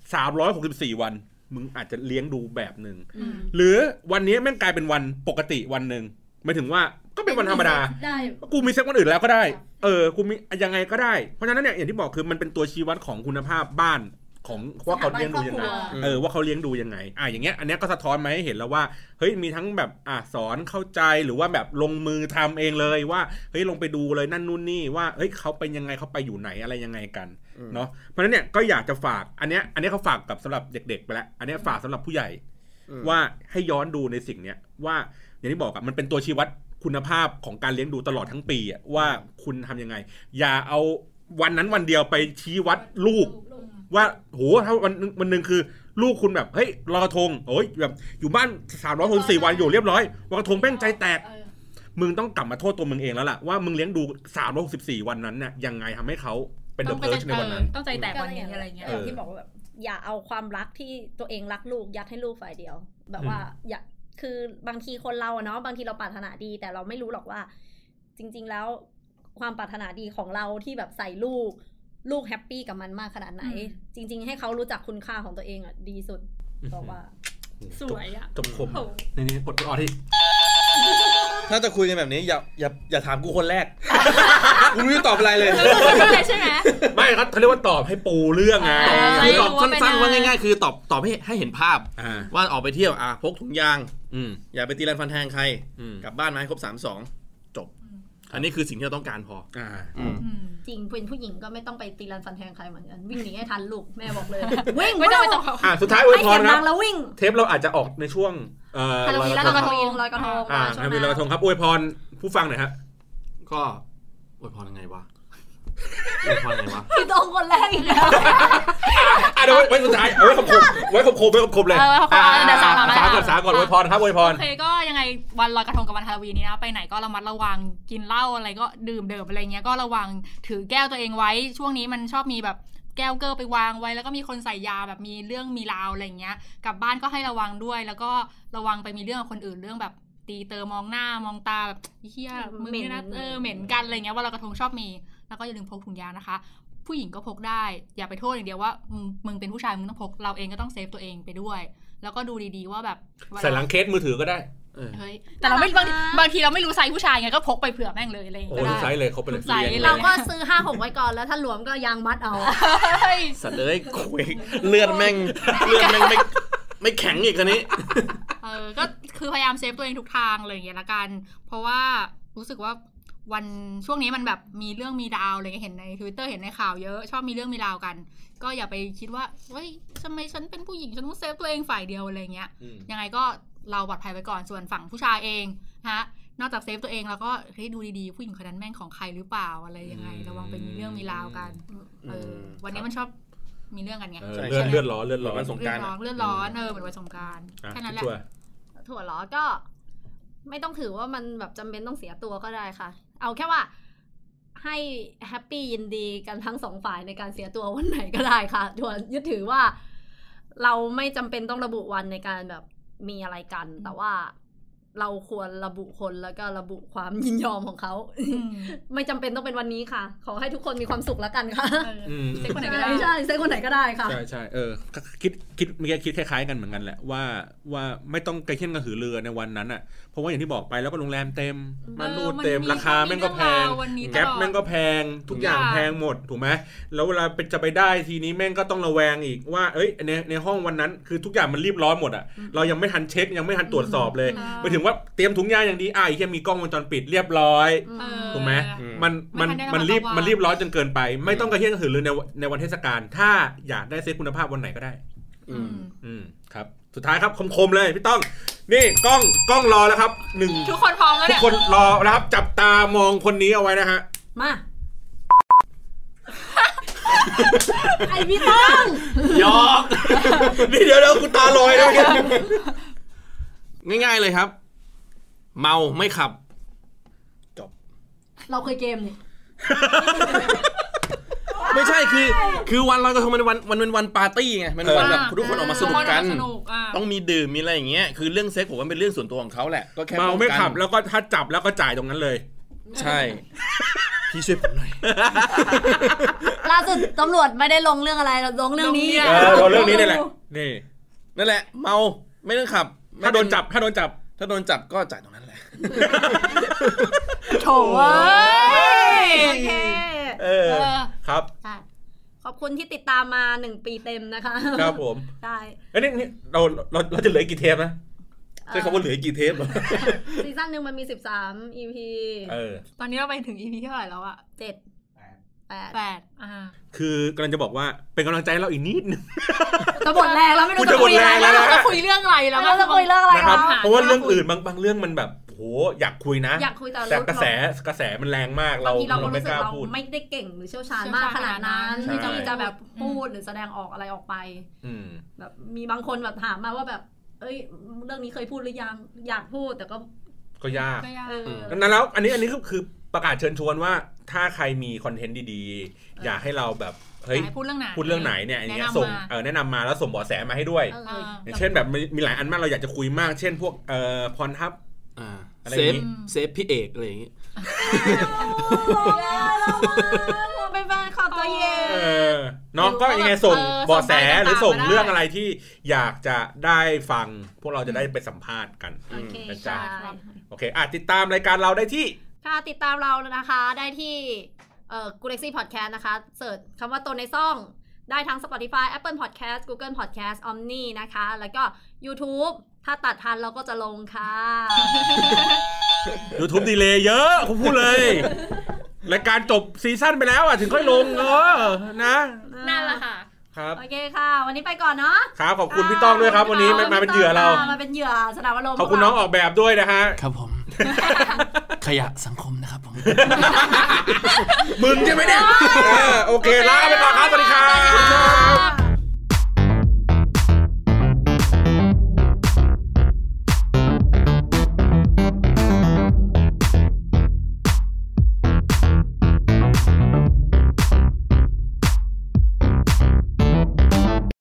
364วันมึงอาจจะเลี้ยงดูแบบนึงหรือวันนี้แม่งกลายเป็นวันปกติวันนึงหมายถึงว่าก็เป็นวันธรรมดากูมีเซ็กวันอื่นแล้วก็ได้กูมียังไงก็ได้เพราะฉะนั้นเนี่ยอย่างที่บอกคือมันเป็นตัวชี้วัดของคุณภาพบ้านของว่าเขาเลี้ยงดูยังไงว่าเขาเลี้ยงดูยังไงอย่างเงี้ยอันเนี้ยก็สะท้อนมาให้เห็นแล้วว่าเฮ้ยมีทั้งแบบสอนเข้าใจหรือว่าแบบลงมือทำเองเลยว่าเฮ้ยลงไปดูเลยนั่นนู่นนี่ว่าเฮ้ยเขาเป็นยังไงเขาไปอยู่ไหนอะไรยังไงกันเนาะเพราะฉะนั้นเนี่ยก็อยากจะฝากอันเนี้ยเขาฝากกับสำหรับเด็กๆไปแล้วอันเนี้ยฝากสำหรับผู้ใหญ่ว่าให้ย้อนดูในสิ่งเนี้ยว่าอย่างที่บอกอะมันเป็นตัวชี้วัดคุณภาพของการเลี้ยงดูตลอดทั้งปีอะว่าคุณทำยังไงอย่าเอาวันนั้นวันเดียวไปชี้วัดลูกว่าโหถ้าวันนึงคือลูกคุณแบบเฮ้ยลอยกระทงโอ้ยแบบอยู่บ้าน364วันอยู่เรียบร้อยลอยกระทงแป้งใจแตกมึงต้องกลับมาโทษตัวมึงเองแล้วล่ะว่ามึงเลี้ยงดู364วันนั้นเนี่ยยังไงทำให้เขาเป็นเดอะเพิร์ชในวันนั้นต้องใจแตกวันนี้อะไรเงี้ยที่บอกว่าแบบอย่าเอาความรักที่ตัวเองรักลูกยัดให้ลูกฝ่ายเดียวแบบว่าอย่าคือบางทีคนเราเนาะบางทีเราปรารถนาดีแต่เราไม่รู้หรอกว่าจริงๆแล้วความปรารถนาดีของเราที่แบบใส่ลูกแฮปปี้กับมันมากขนาดไหนจริงๆให้เขารู้จักคุณค่าของตัวเองอ่ะดีสุดบอกว่าสวยอ่ะจบคมนี่กดออที่ถ้าจะคุยกันแบบนี้อย่าถามกูคนแรกกูไม่รู้ตอบอะไรเลยใช่ไหมไม่ครับเขาเรียกว่าตอบให้ปูเรื่องไงคือตอบสั้นๆว่าง่ายๆคือตอบให้เห็นภาพว่าออกไปเที่ยวพกถุงยางอย่าไปตีรันฟันแทงใครกลับบ้านมาให้ครบ3-2จบอันนี้คือสิ่งที่เราต้องการพอจริงเป็นผู้หญิงก็ไม่ต้องไปตีรันฟันแทงใครเหมือนกันวิ่งหนีให้ทันลูกแม่บอกเลยวิ่งไม่ต้องสุดท้ายอวยพรนะเทปเราอาจจะออกในช่วงลอยกระทงลอยกระทงครับอวยพรผู้ฟังหน่อยฮะก็อวยพรยังไงวะอวยพรยังไงวะพี่ตรงคนแรกอีกแล้วเดี๋ยวไว้สุดท้ายไว้ครบเลยสาก่อนอวยพรครับอวยพรโอเคก็ยังไงวันลอยกระทงกับวันฮาโลวีนนี้นะไปไหนก็ระมัดระวังกินเหล้าอะไรก็ดื่มอะไรเงี้ยก็ระวังถือแก้วตัวเองไว้ช่วงนี้มันชอบมีแบบแก้วเกอร์ไปวางไว้แล้วก็มีคนใส่ยาแบบมีเรื่องมีราวอะไรเงี้ยกลับบ้านก็ให้ระวังด้วยแล้วก็ระวังไปมีเรื่องกับคนอื่นเรื่องแบบตีเตอมองหน้ามองตาแบบเหี้ยมึงนี่นะเหม็นกันอะไรเงี้ยวันลอยกระทงชอบมีแล้วก็อย่าลืมพกถุงยางนะคะผู้หญิงก็พกได้อย่าไปโทษอย่างเดียวว่ามึงเป็นผู้ชายมึงต้องพกเราเองก็ต้องเซฟตัวเองไปด้วยแล้วก็ดูดีๆว่าแบบใส่หลังเคสมือถือก็ได้เฮ้ยแต่เราไม่บางทีเราไม่รู้ไซส์ผู้ชายไงก็พกไปเผื่อแม่งเลยอะไรอย่างเงี้ยก็ได้ไซส์เลยเขาไปเลยเราก็ซื้อ 5-6 ไว้ก่อนแล้วถ้าหลวมก็ยางมัดเอาสัตว์เลยคุยเลือดแม่งไม่แข็งอีกทีนี้ก็คือพยายามเซฟตัวเองทุกทางเลยอย่างเงี้ยละกันเพราะว่ารู้สึกว่าวันช่วงนี้มันแบบมีเรื่องมีราวอะไรเงี้ยเห็นใน Twitter เห็นในข่าวเยอะชอบมีเรื่องมีราวกันก็อย่าไปคิดว่าเฮ้ยทำไมฉันเป็นผู้หญิงฉันต้องเซฟตัวเองฝ่ายเดียวอะไรเงี้ยยังไงก็เราปลอดภัยไว้ก่อนส่วนฝั่งผู้ชายเองฮะนอกจากเซฟตัวเองแล้วก็เฮ้ยดูดีๆผู้หญิงคนนั้นแม่งของใครหรือเปล่าอะไรยังไงระวังเป็นมีเรื่องมีราวกันวันนี้มันชอบมีเรื่องกันไงเลือดร้อนวันสงกรานต์เลือดร้อนเหมือนวันสงกรานต์แค่นั้นแหละถั่วร้อนก็ไม่ต้องถือว่ามันแบบจำเป็นต้องเสียตัวก็ได้ค่ะเอาแค่ว่าให้แฮปปี้ยินดีกันทั้งสองฝ่ายในการเสียตัววันไหนก็ได้ค่ะถั่วยึดถือว่าเราไม่จำเป็นต้องระบุวันในการแบบมีอะไรกันแต่ว่าเราควรระบุคนแล้วก็ระบุความยินยอมของเขาไม่จำเป็นต้องเป็นวันนี้ค่ะขอให้ทุกคนมีความสุขแล้วกันค่ะเซ็กคนไหนก็ได้ใช่เซ็กคนไหนก็ได้ค่ะใช่คิดเมื่อกี้คิดคล้ายๆกันเหมือนกันแหละว่าไม่ต้องกระเทียนกระหือรือในวันนั้นอ่ะเพราะว่าอย่างที่บอกไปแล้วก็โรงแรมเต็มม่านรูดเต็มราคาแม่งก็แพงแก๊ปแม่งก็แพงทุกอย่างแพงหมดถูกไหมแล้วเวลาจะไปได้ทีนี้แม่งก็ต้องระแวงอีกว่าเอ้ยในห้องวันนั้นคือทุกอย่างมันรีบร้อนหมดอ่ะเรายังไม่ทันเช็คยังไม่ทันตรวจสอบเลยไปถึงว่าเตรียมถุงยางอย่างดีไอ้แค่มีกล้องวงจรปิดเรียบร้อยถูกไหมมันรีบร้อนจนเกินไปไม่ต้องกระเทียนกระหือรือในวันเทศกาลถ้าอยากได้เซ็กคุณภาพวันไหนก็ได้ครับสุดท้ายครับคมๆเลยพี่ต้องนี่กล้องรอแล้วครับ1 ทุกคนพร้อมแล้วเนี่ยทุกคนรอนะครับจับตามองคนนี้เอาไว้นะฮะมาไอพี่ต้องยอกนี่เดี๋ยวกูตาลอยแล้วง่ายๆเลยครับเมาไม่ขับจบเราเคยเกมนี่ไม่ใช่คือวันลอยกระทงมันเป็นวันปาร์ตี้ไงมันวันแบบทุกคนออกมาสนุกกันต้องมีดื่มมีอะไรอย่างเงี้ยคือเรื่องเซ็กผมว่าเป็นเรื่องส่วนตัวของเขาแหละก็แค่เมาไม่ขับแล้วก็ถ้าจับแล้วก็จ่ายตรงนั้นเลยใช่พี่ช่วยผมหน่อยล่าสุดตำรวจไม่ได้ลงเรื่องอะไรเราลงเรื่องนี้ลงเรื่องนี้นี่แหละนี่นั่นแหละเมาไม่ต้องขับถ้าโดนจับก็จ่ายตรงนั้นแหละโถ่โอเคครับขอบคุณที่ติดตามมา1 ปีเต็มนะคะครับผมใช่แล้วนี่เราจะเหลือกี่เทปนะใช่คำว่าเหลือกี่เทปเหรอซีซั่นนึงมันมี13 EP ตอนนี้เราไปถึง EP เท่าไหร่แล้วอะ 8 คือกำลังจะบอกว่าเป็นกำลังใจเราอีกนิดนึงจะหมดแรงแล้วไม่รู้จะคุยอะไรแล้วจะคุยเรื่องอะไรแล้วจะคุยเรื่องอะไรนะครับเพราะว่าเรื่องอื่นบางเรื่องมันแบบโหอยากคุยนะอยากคุยแต่กระแสมันแรงมากเราไม่กล้าพูดไม่ได้เก่งหรือเชี่ยวชาญมากขนาดนั้นที่จะแบบพูดหรือแสดงออกอะไรออกไปแบบมีบางคนแบบถามมาว่าแบบเอ้ยเรื่องนี้เคยพูดหรือยังอยากพูดแต่ก็ยากนั้นแล้วอันนี้คือประกาศเชิญชวนว่าถ้าใครมีคอนเทนต์ดีๆอยากให้เราแบบเฮ้ยพูดเรื่องไหนเนี่ยอันนี้ส่งแนะนำมาแล้วส่งเบาะแสมาให้ด้วยอย่างเช่นแบบมีหลายอันมากเราอยากจะคุยมากเช่นพวกพรทับเซฟพี่เอกอะไรอย่างงี้เป็นแฟนคลับตัวเย็นเนาะก็ยังไงส่งเบาะแสหรือส่งเรื่องอะไรที่อยากจะได้ฟังพวกเราจะได้ไปสัมภาษณ์กันนะจ๊ะโอเคติดตามรายการเราได้ที่ค่ะติดตามเรานะคะได้ที่Galaxy Podcast นะคะเสิร์ชคำว่าตัวในซ่องได้ทั้ง Spotify Apple Podcast Google Podcast Omni นะคะแล้วก็ YouTube ถ้าตัดทันเราก็จะลงค่ะ YouTube ดีเลย์เยอะผมพูดเลยรายการจบซีซั่นไปแล้วถึงค่อยลงนะนั่นแหละค่ะครับโอเคค่ะวันนี้ไปก่อนเนาะครับขอบคุณพี่ต้องด้วยครับวันนี้มาเป็นเหยื่อเรามาเป็นเหยื่อสนามอารมณ์ขอบคุณน้องออกแบบด้วยนะฮะครับผมขยะสังคมนะครับผมมึงใช่ไหมเนี่ยโอเคลาไปก่อนครับสวัสดีครับ